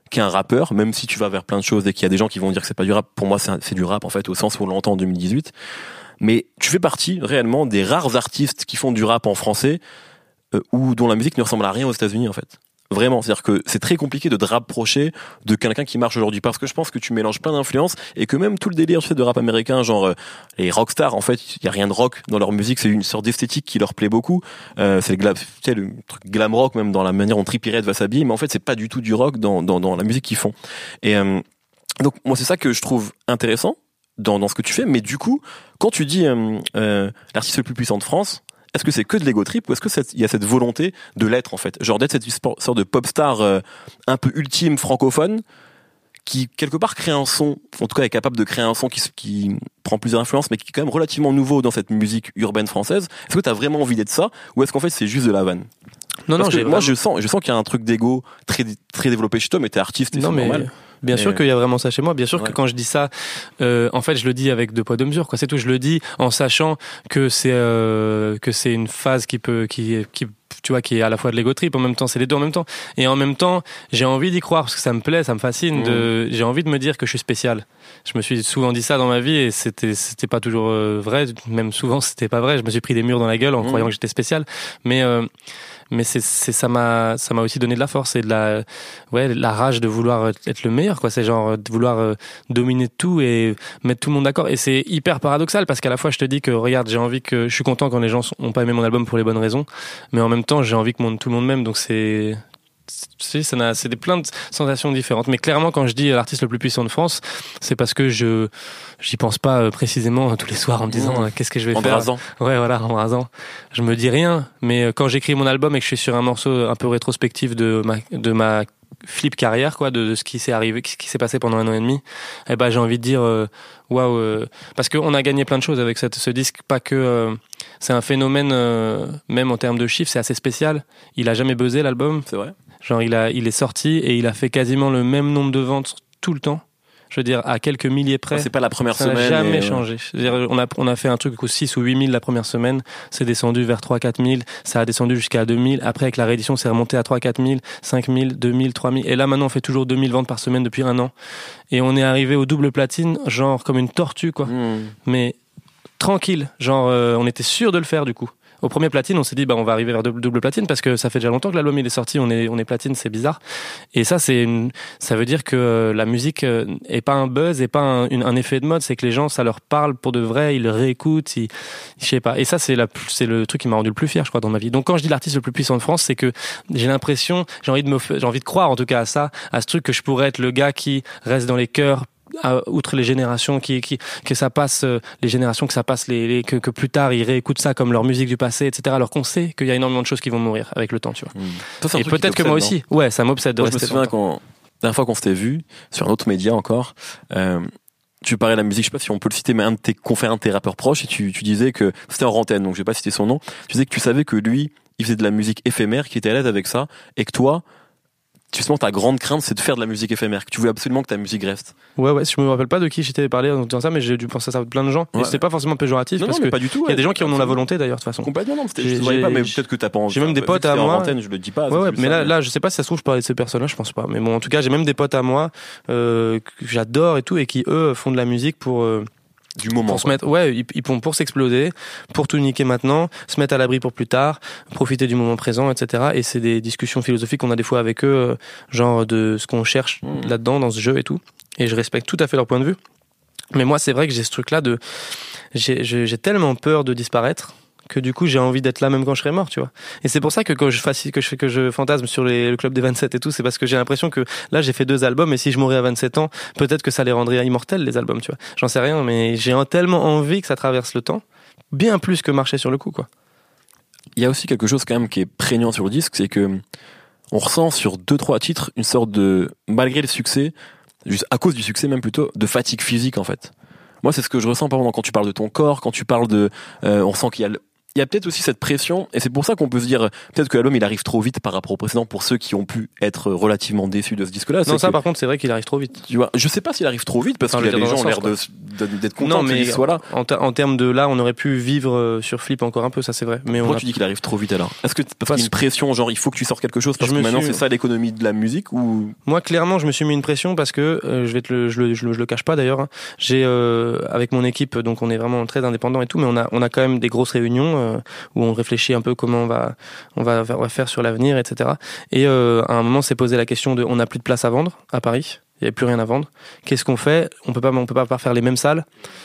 qu'un rappeur, même si tu vas vers plein de choses et qu'il y a des gens qui vont dire que c'est pas du rap. Pour moi, c'est, un, c'est du rap en fait, au sens où on l'entend en deux mille dix-huit. Mais tu fais partie réellement des rares artistes qui font du rap en français euh, ou dont la musique ne ressemble à rien aux États-Unis en fait. Vraiment, c'est-à-dire que c'est très compliqué de te rapprocher de quelqu'un qui marche aujourd'hui parce que je pense que tu mélanges plein d'influences et que même tout le délire, tu sais, de rap américain, genre euh, les rockstars, en fait, il y a rien de rock dans leur musique, c'est une sorte d'esthétique qui leur plaît beaucoup. Euh, c'est le, glam, tu sais, le truc glam rock même dans la manière dont Trippie Redd va s'habiller, mais en fait, c'est pas du tout du rock dans dans, dans la musique qu'ils font. Et euh, donc moi, c'est ça que je trouve intéressant dans dans ce que tu fais. Mais du coup, quand tu dis euh, euh, l'artiste le plus puissant de France, est-ce que c'est que de l'ego trip ou est-ce que il y a cette volonté de l'être en fait, genre d'être cette sorte de pop star euh, un peu ultime francophone qui quelque part crée un son, en tout cas est capable de créer un son qui, qui prend plusieurs influences mais qui est quand même relativement nouveau dans cette musique urbaine française. Est-ce que tu as vraiment envie d'être ça ou est-ce qu'en fait c'est juste de la vanne? Non, Parce non, que j'ai moi vraiment... je sens, je sens qu'il y a un truc d'ego très très développé chez toi, mais t'es artiste et non, c'est mais... normal. Bien et... sûr qu'il y a vraiment ça chez moi. Bien sûr ouais. que quand je dis ça, euh, en fait, je le dis avec deux poids deux mesures. Quoi, c'est tout. Je le dis en sachant que c'est euh, que c'est une phase qui peut, qui, qui, tu vois, qui est à la fois de l'ego trip. En même temps, c'est les deux en même temps. Et en même temps, j'ai envie d'y croire parce que ça me plaît, ça me fascine. Mmh. De, j'ai envie de me dire que je suis spécial. Je me suis souvent dit ça dans ma vie et c'était, c'était pas toujours vrai. Même souvent, c'était pas vrai. Je me suis pris des murs dans la gueule en mmh. croyant que j'étais spécial. Mais euh, mais c'est, c'est ça m'a ça m'a aussi donné de la force et de la ouais la rage de vouloir être le meilleur quoi. C'est genre de vouloir euh, dominer tout et mettre tout le monde d'accord. Et c'est hyper paradoxal parce qu'à la fois je te dis que regarde, j'ai envie que je suis content quand les gens ont pas aimé mon album pour les bonnes raisons, mais en même temps j'ai envie que mon, tout le monde m'aime. Donc c'est c'est, ça n'a, c'est des plein de sensations différentes. Mais clairement, quand je dis l'artiste le plus puissant de France, c'est parce que je j'y pense pas précisément tous les soirs en me disant mmh. qu'est-ce que je vais en faire. Brasant. Ouais, voilà, en rasant. Je me dis rien. Mais quand j'écris mon album et que je suis sur un morceau un peu rétrospectif de ma de ma flip carrière, quoi, de, de ce qui s'est arrivé, ce qui s'est passé pendant un an et demi, eh ben j'ai envie de dire waouh, wow, euh, parce qu'on a gagné plein de choses avec cette, ce disque. Pas que euh, c'est un phénomène, euh, même en termes de chiffres, c'est assez spécial. Il a jamais buzzé l'album. C'est vrai. Genre il a, il est sorti et il a fait quasiment le même nombre de ventes tout le temps. Je veux dire, à quelques milliers près. C'est pas la première ça semaine. Ça n'a jamais et... changé. C'est-à-dire, on a, on a fait un truc aux six ou huit mille la première semaine. C'est descendu vers trois quatre mille. Ça a descendu jusqu'à deux mille. Après, avec la réédition, c'est remonté à trois quatre mille, cinq mille, deux mille, trois mille. Et là, maintenant, on fait toujours deux mille ventes par semaine depuis un an. Et on est arrivé au double platine, genre comme une tortue, quoi. Mmh. Mais tranquille. Genre, euh, on était sûr de le faire, du coup. Au premier platine, on s'est dit bah on va arriver vers double platine parce que ça fait déjà longtemps que l'album il est sorti, on est on est platine, c'est bizarre. Et ça c'est une, ça veut dire que la musique est pas un buzz, est pas un, une, un effet de mode, c'est que les gens ça leur parle pour de vrai, ils le réécoutent, ils, je sais pas. Et ça c'est la c'est le truc qui m'a rendu le plus fier je crois dans ma vie. Donc quand je dis l'artiste le plus puissant de France, c'est que j'ai l'impression, j'ai envie de me j'ai envie de croire en tout cas à ça, à ce truc que je pourrais être le gars qui reste dans les cœurs. À, outre les générations qui, qui que ça passe euh, les générations que ça passe les, les que, que plus tard ils réécoutent ça comme leur musique du passé etc alors qu'on sait qu'il y a énormément de choses qui vont mourir avec le temps tu vois. Mmh. Toi, et peut-être que moi aussi non ouais ça m'obsède de moi, rester je me souviens quand la dernière fois qu'on s'était vu sur un autre média encore euh, tu parlais de la musique, je sais pas si on peut le citer, mais un de tes confrères, un de tes rappeurs proches, et tu, tu disais que c'était en antenne, donc je vais pas citer son nom. Tu disais que tu savais que lui il faisait de la musique éphémère, qu'il était à l'aise avec ça, et que toi justement ta grande crainte c'est de faire de la musique éphémère, que tu voulais absolument que ta musique reste. Ouais ouais, je me rappelle pas de qui j'étais parlé en disant ça, mais j'ai dû penser à ça de plein de gens. Ouais. Et c'était pas forcément péjoratif non, parce non, que pas du tout. Il y a des gens qui en ont la volonté d'ailleurs de toute façon. Complètement non, c'était, je te voyais pas, mais peut-être que t'as pas envie. J'ai même des potes à moi. Antenne, je le dis pas. Ouais, ouais mais ça, là, mais... là, je sais pas si ça se trouve je parlais de ces personnes-là, je pense pas. Mais bon, en tout cas, j'ai même des potes à moi euh, que j'adore et tout, et qui eux font de la musique pour. Euh, du moment pour se mettre ouais ils, ils font pour s'exploser, pour tout niquer maintenant, se mettre à l'abri pour plus tard, profiter du moment présent, etc. Et c'est des discussions philosophiques qu'on a des fois avec eux, genre de ce qu'on cherche mmh. là-dedans dans ce jeu et tout, et je respecte tout à fait leur point de vue. Mais moi c'est vrai que j'ai ce truc là de j'ai, j'ai, j'ai tellement peur de disparaître que du coup j'ai envie d'être là même quand je serai mort, tu vois. Et c'est pour ça que quand je fasse, que je que je fantasme sur les, le club des vingt-sept et tout, c'est parce que j'ai l'impression que là j'ai fait deux albums et si je mourais à vingt-sept ans, peut-être que ça les rendrait immortels les albums, tu vois. J'en sais rien, mais j'ai tellement envie que ça traverse le temps, bien plus que marcher sur le coup, quoi. Il y a aussi quelque chose quand même qui est prégnant sur le disque, c'est que on ressent sur deux trois titres une sorte de, malgré le succès, juste à cause du succès même plutôt, de fatigue physique en fait. Moi c'est ce que je ressens par exemple quand tu parles de ton corps, quand tu parles de, euh, on sent qu'il y a il y a peut-être aussi cette pression, et c'est pour ça qu'on peut se dire peut-être que l'album il arrive trop vite par rapport au précédent pour ceux qui ont pu être relativement déçus de ce disque-là. Non, ça que, par contre c'est vrai qu'il arrive trop vite. Tu vois, je sais pas s'il arrive trop vite parce enfin, que les gens ont l'air de, de, d'être contents qu'il soit là. En, ter- en termes de là, on aurait pu vivre sur Flip encore un peu, ça c'est vrai. Mais pourquoi on tu a... dis qu'il arrive trop vite alors? Est-ce que parce, parce qu'il y a une pression, genre il faut que tu sortes quelque chose parce je que maintenant suis... c'est ça l'économie de la musique ou? Moi clairement je me suis mis une pression parce que euh, je vais te le, je le, je le, je le cache pas d'ailleurs. Hein, j'ai euh, avec mon équipe, donc on est vraiment très indépendants et tout, mais on a on a quand même des grosses réunions euh, où on réfléchit un peu comment on va on va, on va faire sur l'avenir, et cetera. Et euh, à un moment, s'est posé la question de on n'a plus de place à vendre à Paris, il y avait plus rien à vendre. Qu'est-ce qu'on fait? On peut pas on peut pas faire les mêmes salles.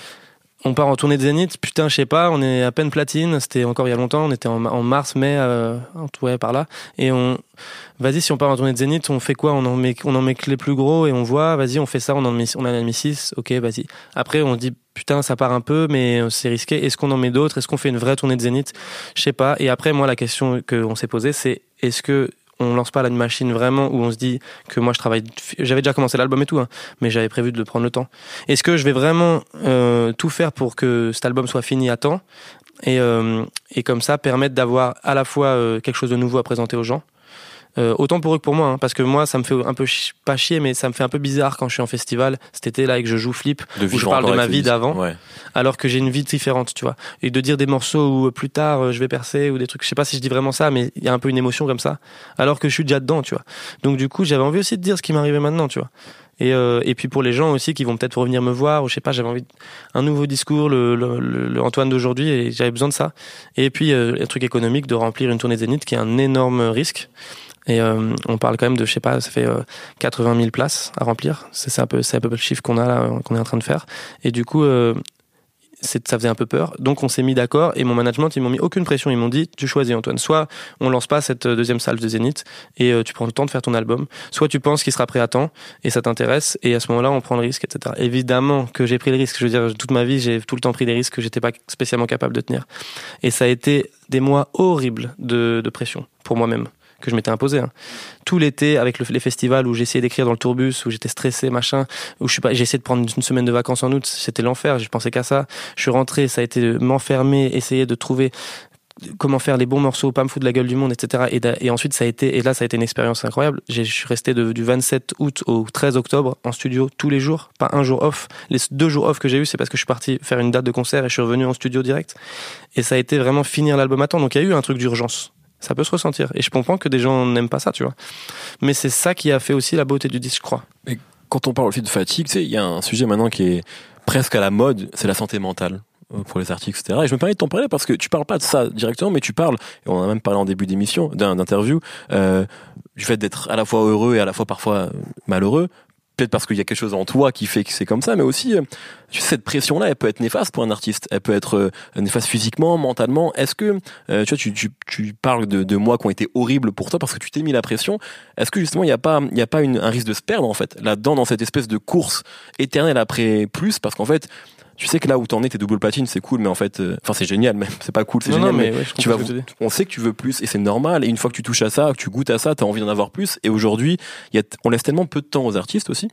On part en tournée de Zénith, putain, je sais pas, on est à peine platine, c'était encore il y a longtemps, on était en, en mars, mai, euh, ouais, par là, et on, vas-y, si on part en tournée de Zénith, on fait quoi? On en met, on en met que les plus gros, et on voit, vas-y, on fait ça, on en met, on en a mis six, ok, vas-y. Après, on se dit, putain, ça part un peu, mais c'est risqué, est-ce qu'on en met d'autres? Est-ce qu'on fait une vraie tournée de Zénith? Je sais pas, et après, moi, la question qu'on s'est posée, c'est, est-ce que on lance pas la machine vraiment où on se dit que moi je travaille, j'avais déjà commencé l'album et tout, hein, mais j'avais prévu de prendre le temps. Est-ce que je vais vraiment euh, tout faire pour que cet album soit fini à temps et, euh, et comme ça permettre d'avoir à la fois euh, quelque chose de nouveau à présenter aux gens, euh, autant pour eux que pour moi, hein, parce que moi ça me fait un peu ch- pas chier, mais ça me fait un peu bizarre quand je suis en festival cet été là et que je joue Flip, où je parle de ma vie d'avant, ouais. Alors que j'ai une vie différente, tu vois, et de dire des morceaux où plus tard euh, je vais percer ou des trucs, je sais pas si je dis vraiment ça, mais il y a un peu une émotion comme ça, alors que je suis déjà dedans, tu vois. Donc du coup j'avais envie aussi de dire ce qui m'arrivait maintenant, tu vois. Et, euh, et puis pour les gens aussi qui vont peut-être revenir me voir, ou je sais pas, j'avais envie d'un nouveau discours, le, le, le Antoine d'aujourd'hui, et j'avais besoin de ça. Et puis euh, un truc économique de remplir une tournée Zénith qui est un énorme risque. Et euh, on parle quand même de, je sais pas, ça fait euh, quatre-vingt mille places à remplir. C'est, c'est un peu, c'est un peu le chiffre qu'on a là, qu'on est en train de faire. Et du coup, euh, c'est, ça faisait un peu peur. Donc on s'est mis d'accord. Et mon management, ils m'ont mis aucune pression. Ils m'ont dit, tu choisis Antoine. Soit on lance pas cette deuxième salle de Zénith et euh, tu prends le temps de faire ton album. Soit tu penses qu'il sera prêt à temps et ça t'intéresse. Et à ce moment-là, on prend le risque, et cetera. Évidemment que j'ai pris le risque. Je veux dire, toute ma vie, j'ai tout le temps pris des risques que j'étais pas spécialement capable de tenir. Et ça a été des mois horribles de, de pression pour moi-même, que je m'étais imposé, hein. Tout l'été avec le, les festivals où j'essayais d'écrire dans le tourbus, où j'étais stressé, machin, où je suis pas, j'ai essayé de prendre une semaine de vacances en août, c'était l'enfer, je pensais qu'à ça. Je suis rentré, ça a été de m'enfermer, essayer de trouver comment faire les bons morceaux, pas me foutre de la gueule du monde, et cetera. Et, et ensuite ça a été, et là ça a été une expérience incroyable. J'ai, je suis resté de, du vingt-sept août au treize octobre en studio tous les jours, pas un jour off. Les deux jours off que j'ai eu, c'est parce que je suis parti faire une date de concert et je suis revenu en studio direct. Et ça a été vraiment finir l'album à temps. Donc il y a eu un truc d'urgence. Ça peut se ressentir. Et je comprends que des gens n'aiment pas ça, tu vois. Mais c'est ça qui a fait aussi la beauté du disque, je crois. Et quand on parle aussi de fatigue, tu sais, il y a un sujet maintenant qui est presque à la mode, c'est la santé mentale pour les artistes, et cetera. Et je me permets de t'en parler parce que tu parles pas de ça directement, mais tu parles, et on en a même parlé en début d'émission, d'un, d'interview, euh, du fait d'être à la fois heureux et à la fois parfois malheureux. Peut-être parce qu'il y a quelque chose en toi qui fait que c'est comme ça, mais aussi, tu sais, cette pression-là, elle peut être néfaste pour un artiste. Elle peut être néfaste physiquement, mentalement. Est-ce que, euh, tu vois, tu, tu, tu parles de, de mois qui ont été horribles pour toi parce que tu t'es mis la pression. Est-ce que justement, il n'y a pas, il y a pas une, un risque de se perdre, en fait, là-dedans, dans cette espèce de course éternelle après plus, parce qu'en fait, tu sais que là où t'en es, t'es double platine, c'est cool, mais en fait, enfin euh, c'est génial, même c'est pas cool, c'est non, génial, non, mais, mais ouais, tu vas, on sait que tu veux plus et c'est normal. Et une fois que tu touches à ça, que tu goûtes à ça, t'as envie d'en avoir plus. Et aujourd'hui, il y a, on laisse tellement peu de temps aux artistes aussi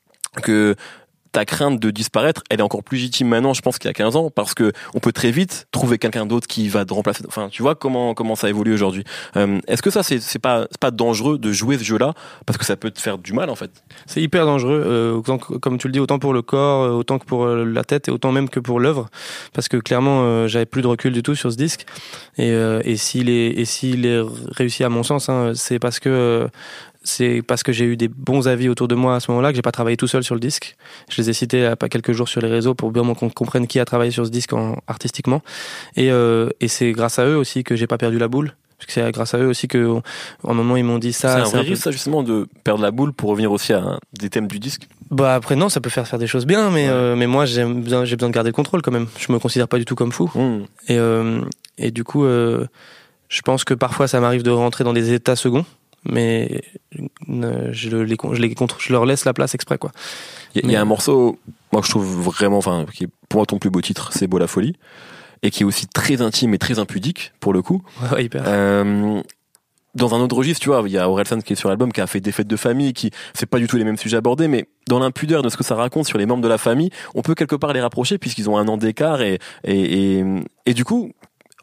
que ta crainte de disparaître, elle est encore plus légitime maintenant, je pense, qu'il y a quinze ans, parce que on peut très vite trouver quelqu'un d'autre qui va te remplacer. Enfin, tu vois comment comment ça évolue aujourd'hui. Euh, est-ce que ça, c'est c'est pas c'est pas dangereux de jouer ce jeu-là parce que ça peut te faire du mal en fait? C'est hyper dangereux, euh, autant que, comme tu le dis, autant pour le corps, autant que pour la tête et autant même que pour l'œuvre, parce que clairement, euh, j'avais plus de recul du tout sur ce disque. Et euh, et s'il est et s'il est réussi à mon sens, hein, c'est parce que euh, c'est parce que j'ai eu des bons avis autour de moi à ce moment-là, que j'ai pas travaillé tout seul sur le disque. Je les ai cités à pas quelques jours sur les réseaux pour bien qu'on comprenne qui a travaillé sur ce disque en, artistiquement. Et, euh, et c'est grâce à eux aussi que j'ai pas perdu la boule. Parce que c'est grâce à eux aussi que, à un moment, ils m'ont dit ça. C'est un c'est vrai un risque, peu... ça, justement, de perdre la boule pour revenir aussi à un, des thèmes du disque. Bah, après, non, ça peut faire faire des choses bien, mais, ouais. euh, mais moi, j'ai besoin, j'ai besoin de garder le contrôle quand même. Je me considère pas du tout comme fou. Mmh. Et, euh, et du coup, euh, je pense que parfois, ça m'arrive de rentrer dans des états seconds. Mais euh, je, les, je, les, je leur laisse la place exprès, quoi. Il y, y a un morceau, moi que je trouve vraiment, enfin, qui est pour moi ton plus beau titre, c'est Beau la folie, et qui est aussi très intime et très impudique pour le coup. Ouais, hyper. Euh, dans un autre registre, tu vois, il y a Orelsan qui est sur l'album, qui a fait des fêtes de famille, qui c'est pas du tout les mêmes sujets abordés, mais dans l'impudeur de ce que ça raconte sur les membres de la famille, on peut quelque part les rapprocher puisqu'ils ont un an d'écart et et et, et du coup.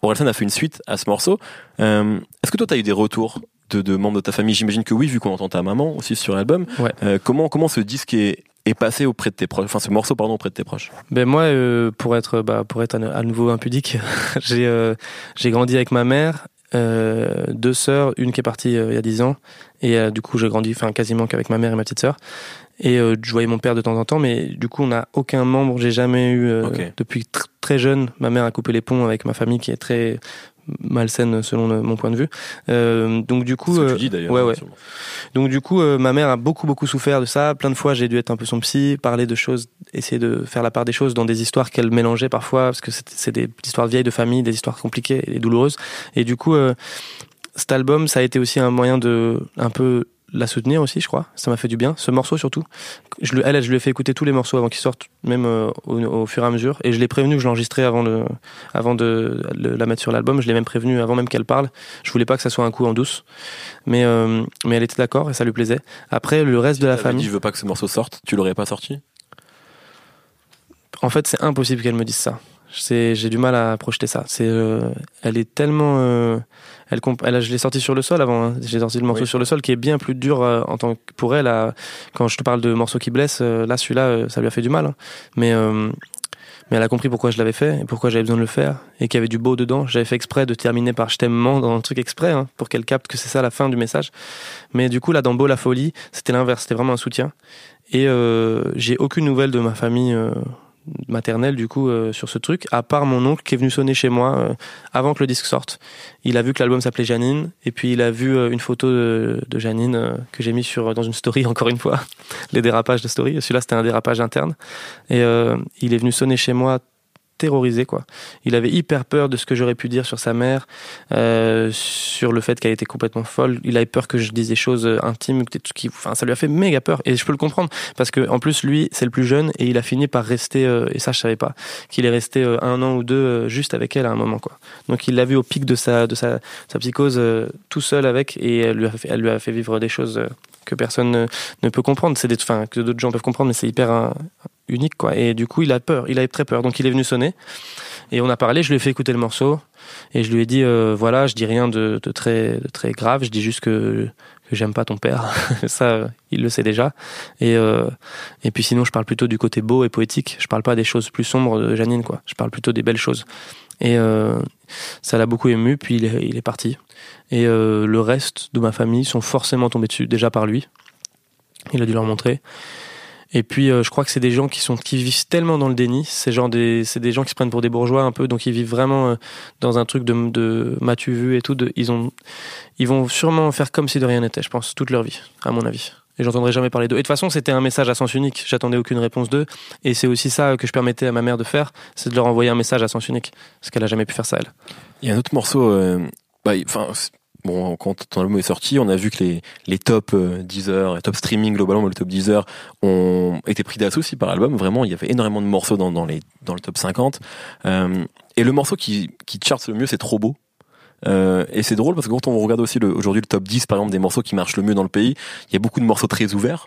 Orelsan a fait une suite à ce morceau. Euh, est-ce que toi t'as eu des retours de, de membres de ta famille? J'imagine que oui, vu qu'on entend ta maman aussi sur l'album. Ouais. Euh, comment comment ce disque est est passé auprès de tes proches, enfin ce morceau pardon auprès de tes proches? Ben moi, euh, pour être bah pour être à, à nouveau impudique, j'ai euh, j'ai grandi avec ma mère, euh, deux sœurs, une qui est partie euh, il y a dix ans, et euh, du coup j'ai grandi, enfin quasiment qu'avec ma mère et ma petite sœur. Et euh, je voyais mon père de temps en temps, mais du coup on n'a aucun membre. J'ai jamais eu euh, okay. Depuis tr- très jeune, ma mère a coupé les ponts avec ma famille qui est très malsaine selon le, mon point de vue. Euh, donc du coup, c'est ce que euh, tu dis d'ailleurs. Ouais ouais. Donc du coup, euh, ma mère a beaucoup beaucoup souffert de ça. Plein de fois, j'ai dû être un peu son psy, parler de choses, essayer de faire la part des choses dans des histoires qu'elle mélangeait parfois, parce que c'est, c'est des histoires vieilles de famille, des histoires compliquées et douloureuses. Et du coup, euh, cet album, ça a été aussi un moyen de un peu la soutenir aussi, je crois. Ça m'a fait du bien. Ce morceau surtout. Je, elle, je lui ai fait écouter tous les morceaux avant qu'ils sortent, même euh, au, au fur et à mesure. Et je l'ai prévenu que je l'enregistrais avant de, avant de, de la mettre sur l'album. Je l'ai même prévenu avant même qu'elle parle. Je voulais pas que ça soit un coup en douce. Mais, euh, mais elle était d'accord et ça lui plaisait. Après, le reste si de la famille. Dit, je veux pas que ce morceau sorte. Tu l'aurais pas sorti? En fait, c'est impossible qu'elle me dise ça. C'est, j'ai du mal à projeter ça. C'est, euh, elle est tellement, euh, elle, elle, je l'ai sorti sur le sol avant. Hein. J'ai sorti le morceau oui. sur le sol qui est bien plus dur euh, en tant que pour elle. À, quand je te parle de morceaux qui blessent, euh, là, celui-là, euh, ça lui a fait du mal. Hein. Mais, euh, mais elle a compris pourquoi je l'avais fait et pourquoi j'avais besoin de le faire et qu'il y avait du beau dedans. J'avais fait exprès de terminer par je t'aime dans un truc exprès hein, pour qu'elle capte que c'est ça la fin du message. Mais du coup, là, dans Beau la folie, c'était l'inverse. C'était vraiment un soutien. Et euh, j'ai aucune nouvelle de ma famille. Euh, maternelle du coup euh, sur ce truc, à part mon oncle qui est venu sonner chez moi euh, avant que le disque sorte. Il a vu que l'album s'appelait Janine et puis il a vu euh, une photo de, de Janine euh, que j'ai mis sur dans une story encore une fois, les dérapages de story. Celui-là c'était un dérapage interne et euh, il est venu sonner chez moi terrorisé quoi. Il avait hyper peur de ce que j'aurais pu dire sur sa mère, euh, sur le fait qu'elle était complètement folle. Il avait peur que je dise des choses intimes, qui, enfin ça lui a fait méga peur et je peux le comprendre parce que en plus lui c'est le plus jeune et il a fini par rester euh, et ça je savais pas qu'il est resté euh, un an ou deux euh, juste avec elle à un moment quoi. Donc il l'a vu au pic de sa de sa, sa psychose euh, tout seul avec et elle lui a fait, elle lui a fait vivre des choses euh, que personne ne, ne peut comprendre. C'est des, enfin que d'autres gens peuvent comprendre mais c'est hyper euh, unique quoi et du coup il a peur, il avait très peur donc il est venu sonner et on a parlé, je lui ai fait écouter le morceau et je lui ai dit euh, voilà je dis rien de, de très de très grave, je dis juste que que j'aime pas ton père ça il le sait déjà et euh, et puis sinon je parle plutôt du côté beau et poétique, je parle pas des choses plus sombres de Janine quoi, je parle plutôt des belles choses et euh, ça l'a beaucoup ému puis il est, il est parti et euh, le reste de ma famille sont forcément tombés dessus déjà par lui, il a dû leur montrer. Et puis euh, je crois que c'est des gens qui sont qui vivent tellement dans le déni, c'est genre des c'est des gens qui se prennent pour des bourgeois un peu, donc ils vivent vraiment euh, dans un truc de de m'as-tu vu et tout, de, ils ont ils vont sûrement faire comme si de rien n'était, je pense, toute leur vie, à mon avis. Et j'entendrai jamais parler d'eux. Et de toute façon, c'était un message à sens unique. J'attendais aucune réponse d'eux. Et c'est aussi ça que je permettais à ma mère de faire, c'est de leur envoyer un message à sens unique, parce qu'elle a jamais pu faire ça elle. Il y a un autre morceau, euh, bah, enfin. Bon, quand ton album est sorti, on a vu que les, les top euh, Deezer, les top streaming globalement, le top Deezer ont été pris d'assaut aussi par l'album. Vraiment, il y avait énormément de morceaux dans, dans, les, dans le top cinquante. Euh, et le morceau qui, qui charte le mieux, c'est Trop beau. Euh, et c'est drôle parce que quand on regarde aussi le, aujourd'hui le top dix, par exemple, des morceaux qui marchent le mieux dans le pays, il y a beaucoup de morceaux très ouverts.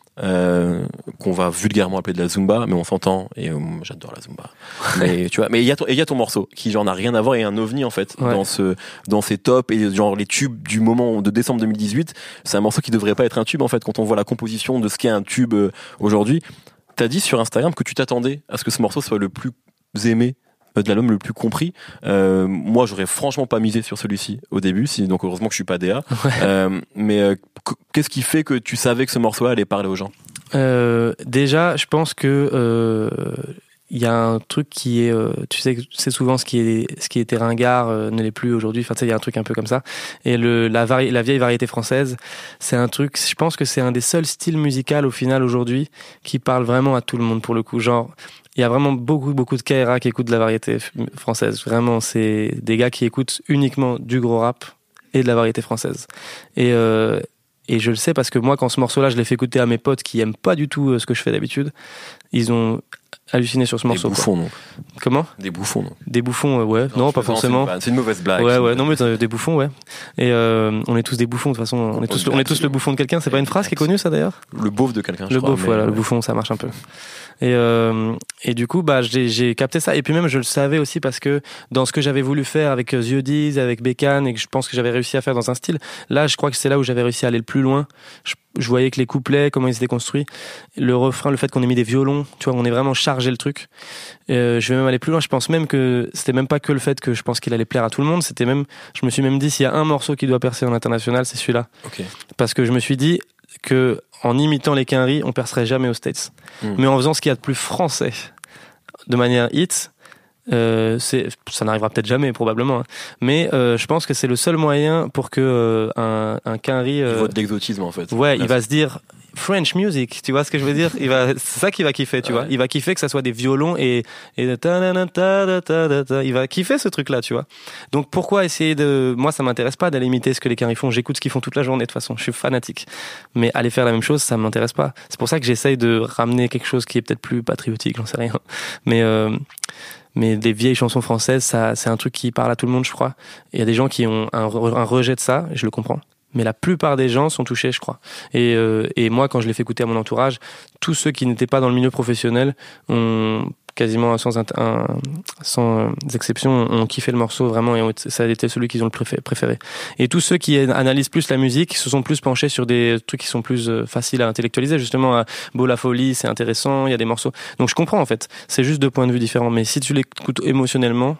Euh, qu'on va vulgairement appeler de la Zumba, mais on s'entend et euh, j'adore la Zumba. Mais tu vois, mais il y a ton, il y a ton morceau qui genre n'a rien à voir et un ovni en fait ouais. dans ce, dans ces tops et genre les tubes du moment de décembre deux mille dix-huit. C'est un morceau qui devrait pas être un tube en fait quand on voit la composition de ce qu'est un tube euh, aujourd'hui. T'as dit sur Instagram que tu t'attendais à ce que ce morceau soit le plus aimé de l'album, le plus compris. Euh, moi, j'aurais franchement pas misé sur celui-ci au début, si, donc heureusement que je suis pas D A. Ouais. Euh, mais euh, qu'est-ce qui fait que tu savais que ce morceau-là allait parler aux gens ? euh, Déjà, je pense que euh, il y a un truc qui est, euh, tu sais, c'est souvent ce qui est, ce qui était ringard euh, ne l'est plus aujourd'hui. Enfin, tu sais, il y a un truc un peu comme ça. Et le, la, vari- la vieille variété française, c'est un truc. Je pense que c'est un des seuls styles musicaux au final aujourd'hui qui parle vraiment à tout le monde pour le coup. Genre. Il y a vraiment beaucoup, beaucoup de K R A qui écoutent de la variété française. Vraiment, c'est des gars qui écoutent uniquement du gros rap et de la variété française. Et, euh, et je le sais parce que moi, quand ce morceau-là, je l'ai fait écouter à mes potes qui aiment pas du tout ce que je fais d'habitude, ils ont halluciné sur ce morceau. Des bouffons, quoi. donc. Comment ? Des bouffons, donc. Des bouffons, euh, ouais. Non, non pas forcément. C'est une, c'est une mauvaise blague. Ouais, ouais. Non, mais des bouffons, ouais. Et euh, on est tous des bouffons, de toute façon. On est tous, on est tous le bouffon de quelqu'un. C'est pas une phrase qui est connue, ça, d'ailleurs ? Le beauf de quelqu'un, je le crois. Le beauf, voilà. Ouais. Le bouffon, ça marche un peu. Et, euh, et du coup, bah, j'ai, j'ai capté ça. Et puis même, je le savais aussi parce que dans ce que j'avais voulu faire avec The Odies, avec Bécane, et que je pense que j'avais réussi à faire dans un style, là, je crois que c'est là où j'avais réussi à aller le plus loin. Je, je voyais que les couplets, comment ils étaient construits, le refrain, le fait qu'on ait mis des violons, tu vois, on est vraiment chargé le truc. Euh, je vais même aller plus loin. Je pense même que c'était même pas que le fait que je pense qu'il allait plaire à tout le monde. C'était même, je me suis même dit, s'il y a un morceau qui doit percer en international, c'est celui-là. Okay. Parce que je me suis dit que en imitant les Quinry, on percerait jamais aux States. Mm. Mais en faisant ce qu'il y a de plus français, de manière hit, euh, c'est, ça n'arrivera peut-être jamais, probablement. Hein. Mais euh, je pense que c'est le seul moyen pour que euh, un, un Quinry... Euh, il voit de l'exotisme, en fait. Ouais, là, il va se dire... French music, tu vois ce que je veux dire? Il va, c'est ça qu'il va kiffer, tu ouais. vois. Il va kiffer que ça soit des violons et, et ta ta ta ta ta ta. Il va kiffer ce truc-là, tu vois. Donc pourquoi essayer de, moi ça m'intéresse pas d'aller imiter ce que les Quinry font. J'écoute ce qu'ils font toute la journée de toute façon. Je suis fanatique. Mais aller faire la même chose, ça m'intéresse pas. C'est pour ça que j'essaye de ramener quelque chose qui est peut-être plus patriotique, j'en sais rien. Mais euh, mais des vieilles chansons françaises, ça, c'est un truc qui parle à tout le monde, je crois. Il y a des gens qui ont un, un rejet de ça, et je le comprends. Mais la plupart des gens sont touchés, je crois. Et, euh, et moi, quand je l'ai fait écouter à mon entourage, tous ceux qui n'étaient pas dans le milieu professionnel ont quasiment sans, un, un, sans exception ont kiffé le morceau vraiment et ont, ça a été celui qu'ils ont le préféré, préféré. Et tous ceux qui analysent plus la musique se sont plus penchés sur des trucs qui sont plus euh, faciles à intellectualiser. Justement, à Beau la folie, c'est intéressant, il y a des morceaux. Donc je comprends en fait. C'est juste deux points de vue différents. Mais si tu l'écoutes émotionnellement,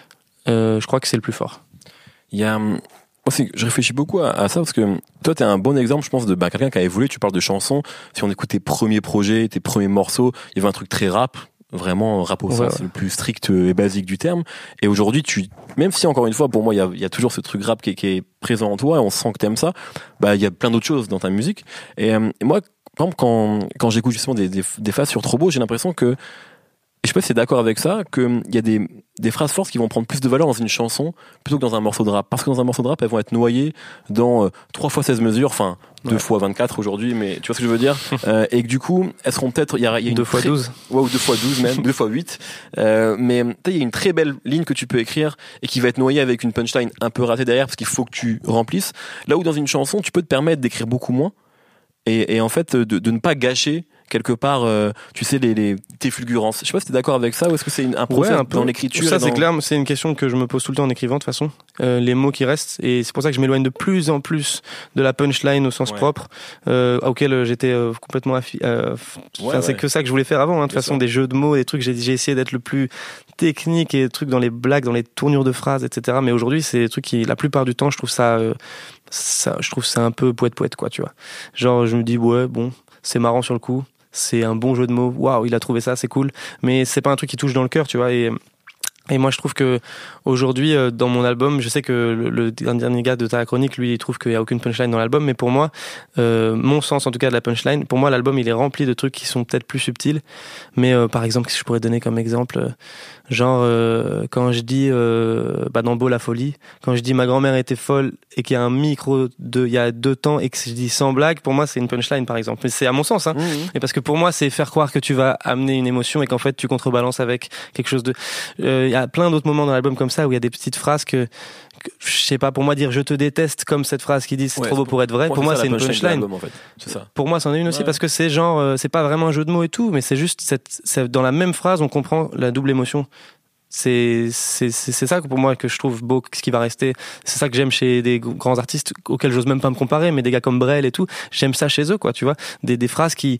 euh, je crois que c'est le plus fort. Il y a... Moi, c'est, je réfléchis beaucoup à, à ça parce que toi, t'es un bon exemple, je pense, de bah, quelqu'un qui a évolué. Tu parles de chansons. Si on écoute tes premiers projets, tes premiers morceaux, il y avait un truc très rap, vraiment rap au ouais, sens ouais. le plus strict et basique du terme. Et aujourd'hui, tu, même si encore une fois, pour moi, il y a, il y a toujours ce truc rap qui est, qui est présent en toi et on sent que t'aimes ça. Bah, il y a plein d'autres choses dans ta musique. Et, euh, et moi, par exemple, quand quand j'écoute justement des des, des phases sur Trobo, j'ai l'impression que et je sais pas si t'es d'accord avec ça, qu'il y a des, des phrases fortes qui vont prendre plus de valeur dans une chanson plutôt que dans un morceau de rap. Parce que dans un morceau de rap, elles vont être noyées dans euh, trois fois seize mesures, enfin deux fois vingt-quatre aujourd'hui, mais tu vois ce que je veux dire. euh, Et que du coup, elles seront peut-être... Il y a, y a une deux fois douze. Ouais, ou deux fois douze même, deux fois huit. Euh, mais il y a une très belle ligne que tu peux écrire et qui va être noyée avec une punchline un peu ratée derrière parce qu'il faut que tu remplisses. Là où dans une chanson, tu peux te permettre d'écrire beaucoup moins et, et en fait de, de ne pas gâcher quelque part, euh, tu sais, les, les, tes fulgurances. Je sais pas si t'es d'accord avec ça ou est-ce que c'est une, un process ouais, un dans l'écriture? Ça, dans... c'est clair, c'est une question que je me pose tout le temps en écrivant, de toute façon. Euh, les mots qui restent. Et c'est pour ça que je m'éloigne de plus en plus de la punchline au sens ouais. propre, euh, auquel j'étais euh, complètement affi... Euh, ouais, ouais. C'est que ça que je voulais faire avant, hein, de toute façon, des jeux de mots, des trucs, j'ai, j'ai essayé d'être le plus technique et des trucs dans les blagues, dans les tournures de phrases, et cetera. Mais aujourd'hui, c'est des trucs qui, la plupart du temps, je trouve ça, euh, ça je trouve ça un peu poète-poète, quoi, tu vois. Genre, je me dis, ouais, bon, c'est marrant sur le coup. C'est un bon jeu de mots. Waouh, il a trouvé ça, c'est cool. Mais c'est pas un truc qui touche dans le cœur, tu vois. Et, et moi, je trouve que aujourd'hui, dans mon album, je sais que le, le dernier gars de ta chronique, lui, il trouve qu'il y a aucune punchline dans l'album. Mais pour moi, euh, mon sens, en tout cas, de la punchline, pour moi, l'album, il est rempli de trucs qui sont peut-être plus subtils. Mais euh, par exemple, si je pourrais donner comme exemple, euh, genre euh, quand je dis, euh, bah dans Beau la folie, quand je dis ma grand-mère était folle et qu'il y a un micro de, il y a deux temps et que je dis sans blague, pour moi, c'est une punchline, par exemple. Mais c'est à mon sens, hein. Mmh, mmh. Et parce que pour moi, c'est faire croire que tu vas amener une émotion et qu'en fait, tu contrebalances avec quelque chose de. Il euh, y a plein d'autres moments dans l'album comme ça où il y a des petites phrases que, que je sais pas, pour moi dire je te déteste comme cette phrase qui dit c'est ouais, trop beau pour être vrai, pour, pour moi c'est, c'est une punchline. En fait. C'est ça. Pour moi c'en est une aussi ouais. parce que c'est genre euh, c'est pas vraiment un jeu de mots et tout, mais c'est juste cette, c'est, dans la même phrase on comprend la double émotion. C'est, c'est, c'est, c'est ça que pour moi que je trouve beau, ce qui va rester. C'est ça que j'aime chez des grands artistes auxquels j'ose même pas me comparer, mais des gars comme Brel et tout, j'aime ça chez eux, quoi, tu vois. Des, des phrases qui,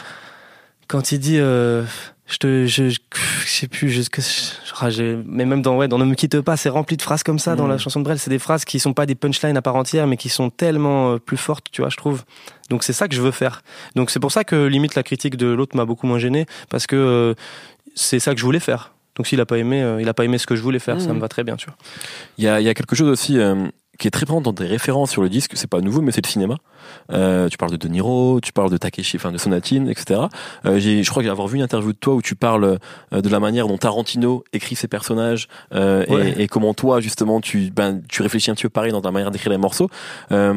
quand il dit, euh, je te, je, je, je sais plus, je, je, je, mais même dans, ouais, dans Ne me quitte pas, c'est rempli de phrases comme ça, mmh. dans la chanson de Brel. C'est des phrases qui sont pas des punchlines à part entière, mais qui sont tellement plus fortes, tu vois, je trouve. Donc c'est ça que je veux faire. Donc c'est pour ça que limite la critique de l'autre m'a beaucoup moins gêné, parce que, euh, c'est ça que je voulais faire. Donc s'il a pas aimé, euh, il a pas aimé ce que je voulais faire, mmh. ça me va très bien, tu vois. Il y a, il y a quelque chose aussi euh, qui est très présent dans tes références sur le disque. C'est pas nouveau, mais c'est le cinéma. Euh, tu parles de De Niro, tu parles de Takeshi, enfin de Sonatine, et cetera. Euh, j'ai, je crois que j'ai avoir vu une interview de toi où tu parles euh, de la manière dont Tarantino écrit ses personnages euh, ouais. et, et comment toi justement tu, ben, tu réfléchis un petit peu pareil dans ta manière d'écrire les morceaux. Euh,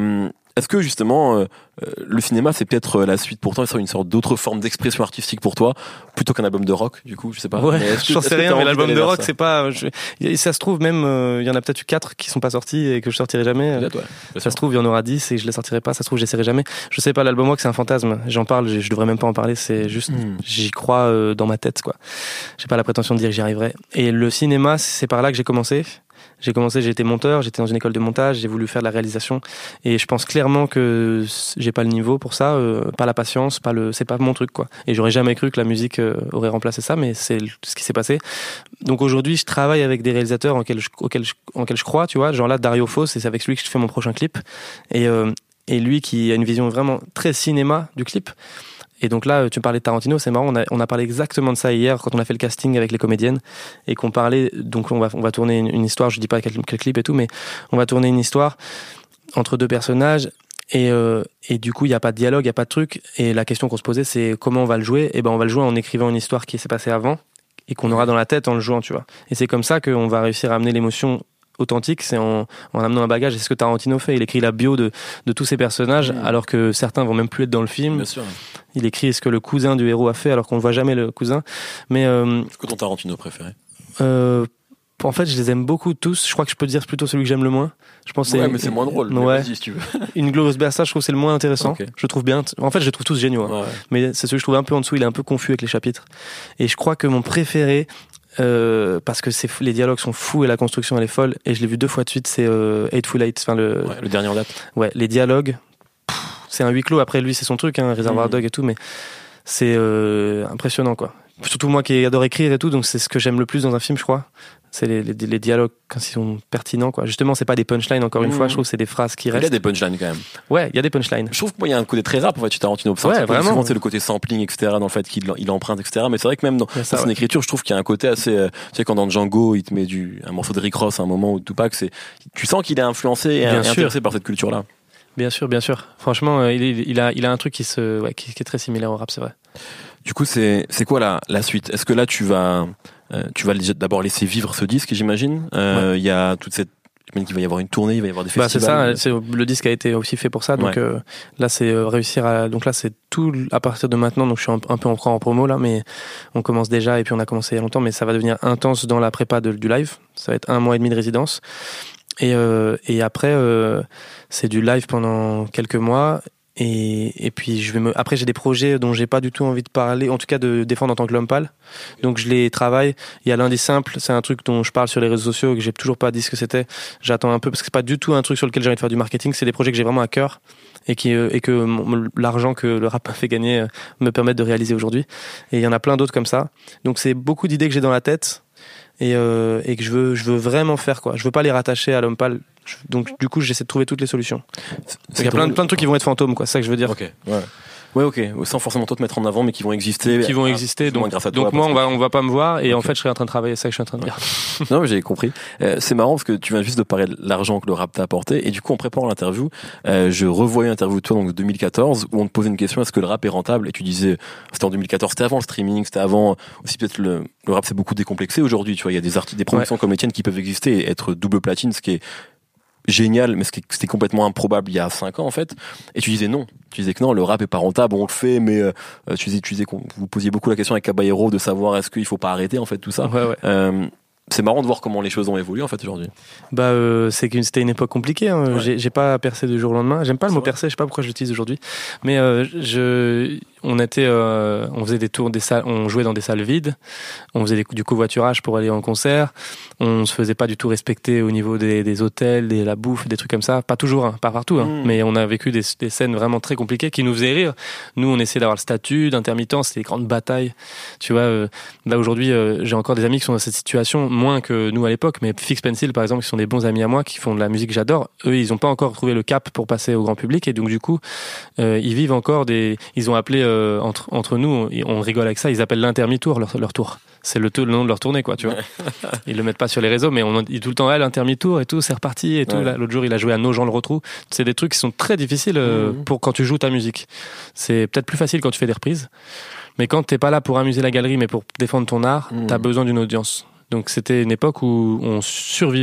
est-ce que justement euh, le cinéma c'est peut-être la suite pour toi, c'est une sorte d'autre forme d'expression artistique pour toi plutôt qu'un album de rock du coup, je sais pas. Ouais, je j'en sais rien, mais l'album de rock c'est pas. Je, ça se trouve même, il euh, y en a peut-être eu quatre qui sont pas sortis et que je sortirai jamais. Ouais, ça sûr. Se trouve il y en aura dix et je les sortirai pas. Ça se trouve j'essaierai jamais. Je sais pas, l'album rock c'est un fantasme. J'en parle, je, je devrais même pas en parler. C'est juste, mm. j'y crois euh, dans ma tête quoi. J'ai pas la prétention de dire que j'y arriverai. Et le cinéma c'est par là que j'ai commencé. J'ai commencé, j'ai été monteur, j'étais dans une école de montage, j'ai voulu faire de la réalisation et je pense clairement que j'ai pas le niveau pour ça, euh, pas la patience, pas le, c'est pas mon truc quoi. Et j'aurais jamais cru que la musique euh, aurait remplacé ça, mais c'est ce qui s'est passé. Donc aujourd'hui, je travaille avec des réalisateurs en je, auxquels, je, auxquels je crois, tu vois, genre là Dario Fo, c'est avec lui que je fais mon prochain clip et euh, et lui qui a une vision vraiment très cinéma du clip. Et donc là, tu parlais de Tarantino, c'est marrant, on a, on a parlé exactement de ça hier quand on a fait le casting avec les comédiennes et qu'on parlait, donc on va, on va tourner une, une histoire, je dis pas quel, quel clip et tout, mais on va tourner une histoire entre deux personnages et, euh, et du coup, il n'y a pas de dialogue, il n'y a pas de truc. Et la question qu'on se posait, c'est comment on va le jouer? Et ben, on va le jouer en écrivant une histoire qui s'est passée avant et qu'on aura dans la tête en le jouant, tu vois. Et c'est comme ça qu'on va réussir à amener l'émotion authentique, c'est en, en amenant un bagage. C'est ce que Tarantino fait. Il écrit la bio de, de tous ses personnages, mmh. alors que certains vont même plus être dans le film. Bien sûr. Il écrit ce que le cousin du héros a fait, alors qu'on ne voit jamais le cousin. Mais euh, c'est quoi ton Tarantino préféré? euh, En fait, je les aime beaucoup tous. Je crois que je peux dire plutôt celui que j'aime le moins. Je pense ouais, c'est mais c'est moins drôle. Ouais. Vas-y, si tu veux. Une Glorious Bastard, je trouve que c'est le moins intéressant. Okay. Je le trouve bien. En fait, je les trouve tous géniaux. Hein. Ouais. Mais c'est celui que je trouve un peu en dessous. Il est un peu confus avec les chapitres. Et je crois que mon préféré, Euh, parce que c'est, les dialogues sont fous et la construction elle est folle et je l'ai vu deux fois de suite, c'est euh, Hateful Eight, enfin le, ouais, le dernier en date. Ouais, les dialogues, pff, c'est un huis clos. Après lui c'est son truc, hein, Reservoir mmh. Dog et tout, mais c'est euh, impressionnant quoi. Surtout moi qui adore écrire et tout, donc c'est ce que j'aime le plus dans un film, je crois. C'est les, les, les dialogues quand ils sont pertinents quoi. Justement, c'est pas des punchlines encore une mmh. fois, je trouve que c'est des phrases qui restent. Il y a des punchlines quand même. Ouais, il y a des punchlines. Je trouve qu'il y a un côté très rap en fait chez Tarantino. Ouais, ouais vraiment. Souvent c'est le côté sampling et cetera dans le fait qu'il il emprunte et cetera. Mais c'est vrai que même dans, ça, dans son ouais. écriture, je trouve qu'il y a un côté assez. Euh, tu sais quand dans Django, il te met du un morceau de Rick Ross à un moment ou Tupac, c'est tu sens qu'il est influencé et, et intéressé par cette culture là. Bien sûr, bien sûr. Franchement, il, il a il a un truc qui se ouais, qui, qui est très similaire au rap, c'est vrai. Du coup, c'est c'est quoi la la suite? Est-ce que là tu vas euh, tu vas d'abord laisser vivre ce disque, j'imagine. Il euh, ouais. y a toute cette j'imagine qu'il va y avoir une tournée, il va y avoir des festivals. Bah c'est ça, c'est, le disque a été aussi fait pour ça. Donc ouais. euh, là c'est euh, réussir à donc là c'est tout à partir de maintenant. Donc je suis un, un peu encore en promo là, mais on commence déjà et puis on a commencé il y a longtemps, mais ça va devenir intense dans la prépa de, du live. Ça va être un mois et demi de résidence et euh, et après euh, c'est du live pendant quelques mois. Et, et puis je vais me. Après j'ai des projets dont j'ai pas du tout envie de parler, en tout cas de défendre en tant que l'homme pâle. Donc je les travaille. Il y a Lundi Simple, c'est un truc dont je parle sur les réseaux sociaux que j'ai toujours pas dit ce que c'était. J'attends un peu parce que c'est pas du tout un truc sur lequel j'ai envie de faire du marketing. C'est des projets que j'ai vraiment à cœur et qui et que mon, l'argent que le rap a fait gagner me permet de réaliser aujourd'hui. Et il y en a plein d'autres comme ça. Donc c'est beaucoup d'idées que j'ai dans la tête et, euh, et que je veux je veux vraiment faire quoi. Je veux pas les rattacher à l'homme pâle. Donc du coup j'essaie de trouver toutes les solutions. Il y a plein de, plein de trucs qui vont être fantômes quoi, c'est ça que je veux dire. Ok. Ouais. Ouais ok, sans forcément toi te mettre en avant mais qui vont exister. Qui vont exister ah, donc grâce à toi, donc moi on va on va pas me voir et okay. en fait je serai en train de travailler, c'est ça que je suis en train de dire. Ouais. Non mais j'ai compris. Euh, c'est marrant parce que tu viens juste de parler de l'argent que le rap t'a apporté et du coup en préparant l'interview, euh, je revoyais une interview de toi donc de deux mille quatorze où on te posait une question, est-ce que le rap est rentable et tu disais c'était en deux mille quatorze, c'était avant le streaming, c'était avant aussi peut-être le le rap c'est beaucoup décomplexé aujourd'hui, tu vois, il y a des artistes des productions ouais. comme les tiennes qui peuvent exister et être double platine, ce qui est génial, mais c'était complètement improbable il y a cinq ans en fait. Et tu disais non, tu disais que non, le rap est pas rentable, on le fait, mais euh, tu disais, tu disais qu'on vous posiez beaucoup la question avec Caballero de savoir est-ce qu'il faut pas arrêter en fait tout ça. Ouais, ouais. Euh, c'est marrant de voir comment les choses ont évolué en fait aujourd'hui. Bah euh, c'est qu'une c'était une époque compliquée. Hein. Ouais. J'ai, j'ai pas percé du jour au lendemain. J'aime pas le mot percer, je sais pas pourquoi je l'utilise aujourd'hui. Mais euh, je, on était, euh, on faisait des tours, des salles, on jouait dans des salles vides. On faisait des, du covoiturage pour aller en concert. On se faisait pas du tout respecter au niveau des, des hôtels, de la bouffe, des trucs comme ça. Pas toujours, hein, pas partout. Hein. Mmh. Mais on a vécu des, des scènes vraiment très compliquées qui nous faisaient rire. Nous, on essayait d'avoir le statut d'intermittent. C'était des grandes batailles. Tu vois, euh, là aujourd'hui, euh, j'ai encore des amis qui sont dans cette situation. Moins que nous à l'époque, mais Fix Pencil par exemple, qui sont des bons amis à moi, qui font de la musique que j'adore, eux ils ont pas encore trouvé le cap pour passer au grand public et donc du coup euh, ils vivent encore des, ils ont appelé euh, entre entre nous, on, on rigole avec ça, ils appellent l'intermi-tour leur, leur tour, c'est le, le nom de leur tournée quoi, tu vois. Ils le mettent pas sur les réseaux, mais on dit tout le temps, ah, l'intermi-tour et tout, c'est reparti et tout. Ouais. Là, l'autre jour il a joué à Nogent-le-Rotrou. C'est des trucs qui sont très difficiles euh, mmh. pour quand tu joues ta musique. C'est peut-être plus facile quand tu fais des reprises, mais quand t'es pas là pour amuser la galerie mais pour défendre ton art, mmh. t'as besoin d'une audience. Donc c'était une époque où on survivait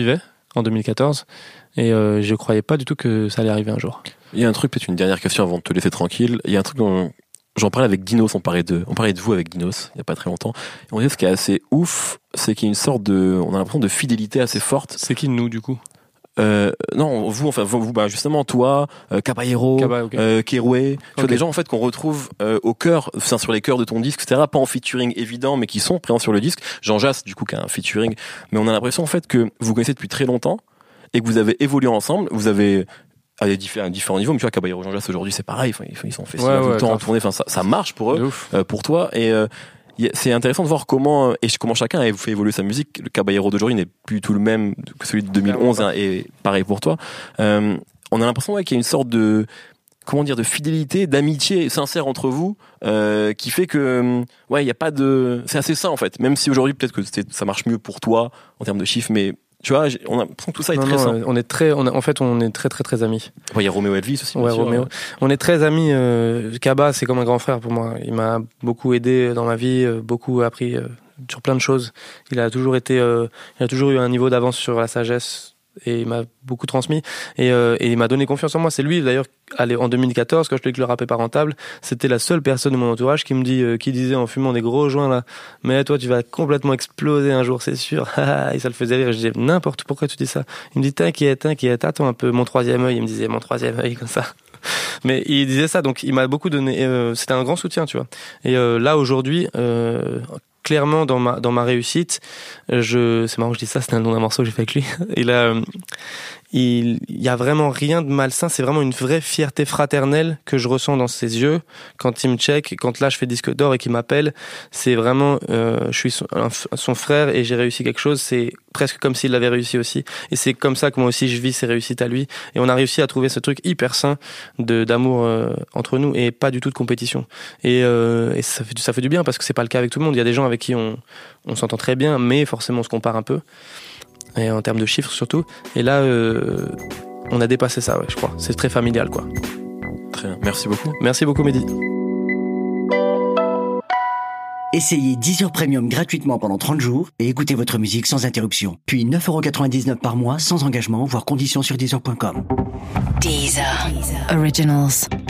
en deux mille quatorze. Et euh, je croyais pas du tout que ça allait arriver un jour. Il y a un truc, peut-être une dernière question avant de te laisser tranquille. Il y a un truc dont j'en parlais avec Dinos, on parlait de, on parlait de vous avec Dinos, il y a pas très longtemps. Et on dit ce qui est assez ouf, c'est qu'il y a une sorte de, on a l'impression de fidélité assez forte. C'est qui nous, du coup? Euh, non, vous, enfin, vous, bah, justement, toi, euh, Caballero, Kaba, okay. euh, Keroué, tu vois, Okay. des gens, en fait, qu'on retrouve, euh, au cœur, enfin, sur les chœurs de ton disque, et cetera, pas en featuring évident, mais qui sont présents sur le disque. Jean Jass, du coup, qui a un featuring. Mais on a l'impression, en fait, que vous connaissez depuis très longtemps, et que vous avez évolué ensemble, vous avez, à des différents, différents niveaux, mais tu vois, Caballero, Jean Jass, aujourd'hui, c'est pareil, enfin, ils sont fait Ouais, tout ouais, le temps en grave. tournée, enfin, ça, ça marche pour De eux, ouf. euh, pour toi, et, euh, y a- c'est intéressant de voir comment, et comment chacun a fait évoluer sa musique. Le Caballero d'aujourd'hui n'est plus tout le même que celui de deux mille onze, hein, et pareil pour toi. Euh, on a l'impression, ouais, qu'il y a une sorte de, comment dire, de fidélité, d'amitié sincère entre vous, euh, qui fait que, ouais, il y a pas de, c'est assez sain, en fait. Même si aujourd'hui, peut-être que c'est- ça marche mieux pour toi, en termes de chiffres, mais, tu vois, j'ai- on a l'impression que tout ça est Non, très non, sain. euh, on est très, on a- en fait, on est très, très, très amis. Ouais, il y a Roméo Elvis aussi, bien Ouais, sûr. Roméo. On est très amis. Euh, Kaba, c'est comme un grand frère pour moi. Il m'a beaucoup aidé dans ma vie, euh, beaucoup appris euh, sur plein de choses. Il a toujours été, euh, il a toujours eu un niveau d'avance sur la sagesse et il m'a beaucoup transmis et, euh, et il m'a donné confiance en moi. C'est lui d'ailleurs. Allez, en deux mille quatorze, quand je te dis que le rap est pas rentable, c'était la seule personne de mon entourage qui me dit, euh, qui disait en fumant des gros joints là, mais toi tu vas complètement exploser un jour, c'est sûr. Et ça le faisait rire. Je disais n'importe, pourquoi tu dis ça? Il me dit t'inquiète, t'inquiète, attends un peu, mon troisième œil. Il me disait mon troisième œil comme ça. Mais il disait ça, donc il m'a beaucoup donné. Euh, c'était un grand soutien, tu vois. Et euh, là aujourd'hui. Euh, Clairement dans ma dans ma réussite, je c'est marrant que je dis ça, c'était un nom d'un morceau que j'ai fait avec lui. Il a il il y a vraiment rien de malsain, c'est vraiment une vraie fierté fraternelle que je ressens dans ses yeux quand il me check, quand là je fais disque d'or et qu'il m'appelle, c'est vraiment euh, je suis son, un, son frère et j'ai réussi quelque chose, c'est presque comme s'il l'avait réussi aussi et c'est comme ça que moi aussi je vis ses réussites à lui et on a réussi à trouver ce truc hyper sain de d'amour euh, entre nous et pas du tout de compétition et, euh, et ça fait ça fait du bien parce que c'est pas le cas avec tout le monde, il y a des gens avec qui on on s'entend très bien mais forcément on se compare un peu. Et en termes de chiffres surtout. Et là, euh, on a dépassé ça, ouais, je crois. C'est très familial, quoi. Très bien. Merci beaucoup. Merci beaucoup, Mehdi. Essayez Deezer Premium gratuitement pendant trente jours et écoutez votre musique sans interruption. Puis neuf euros quatre-vingt-dix-neuf par mois sans engagement, voire conditions sur deezer point com. Deezer. Originals.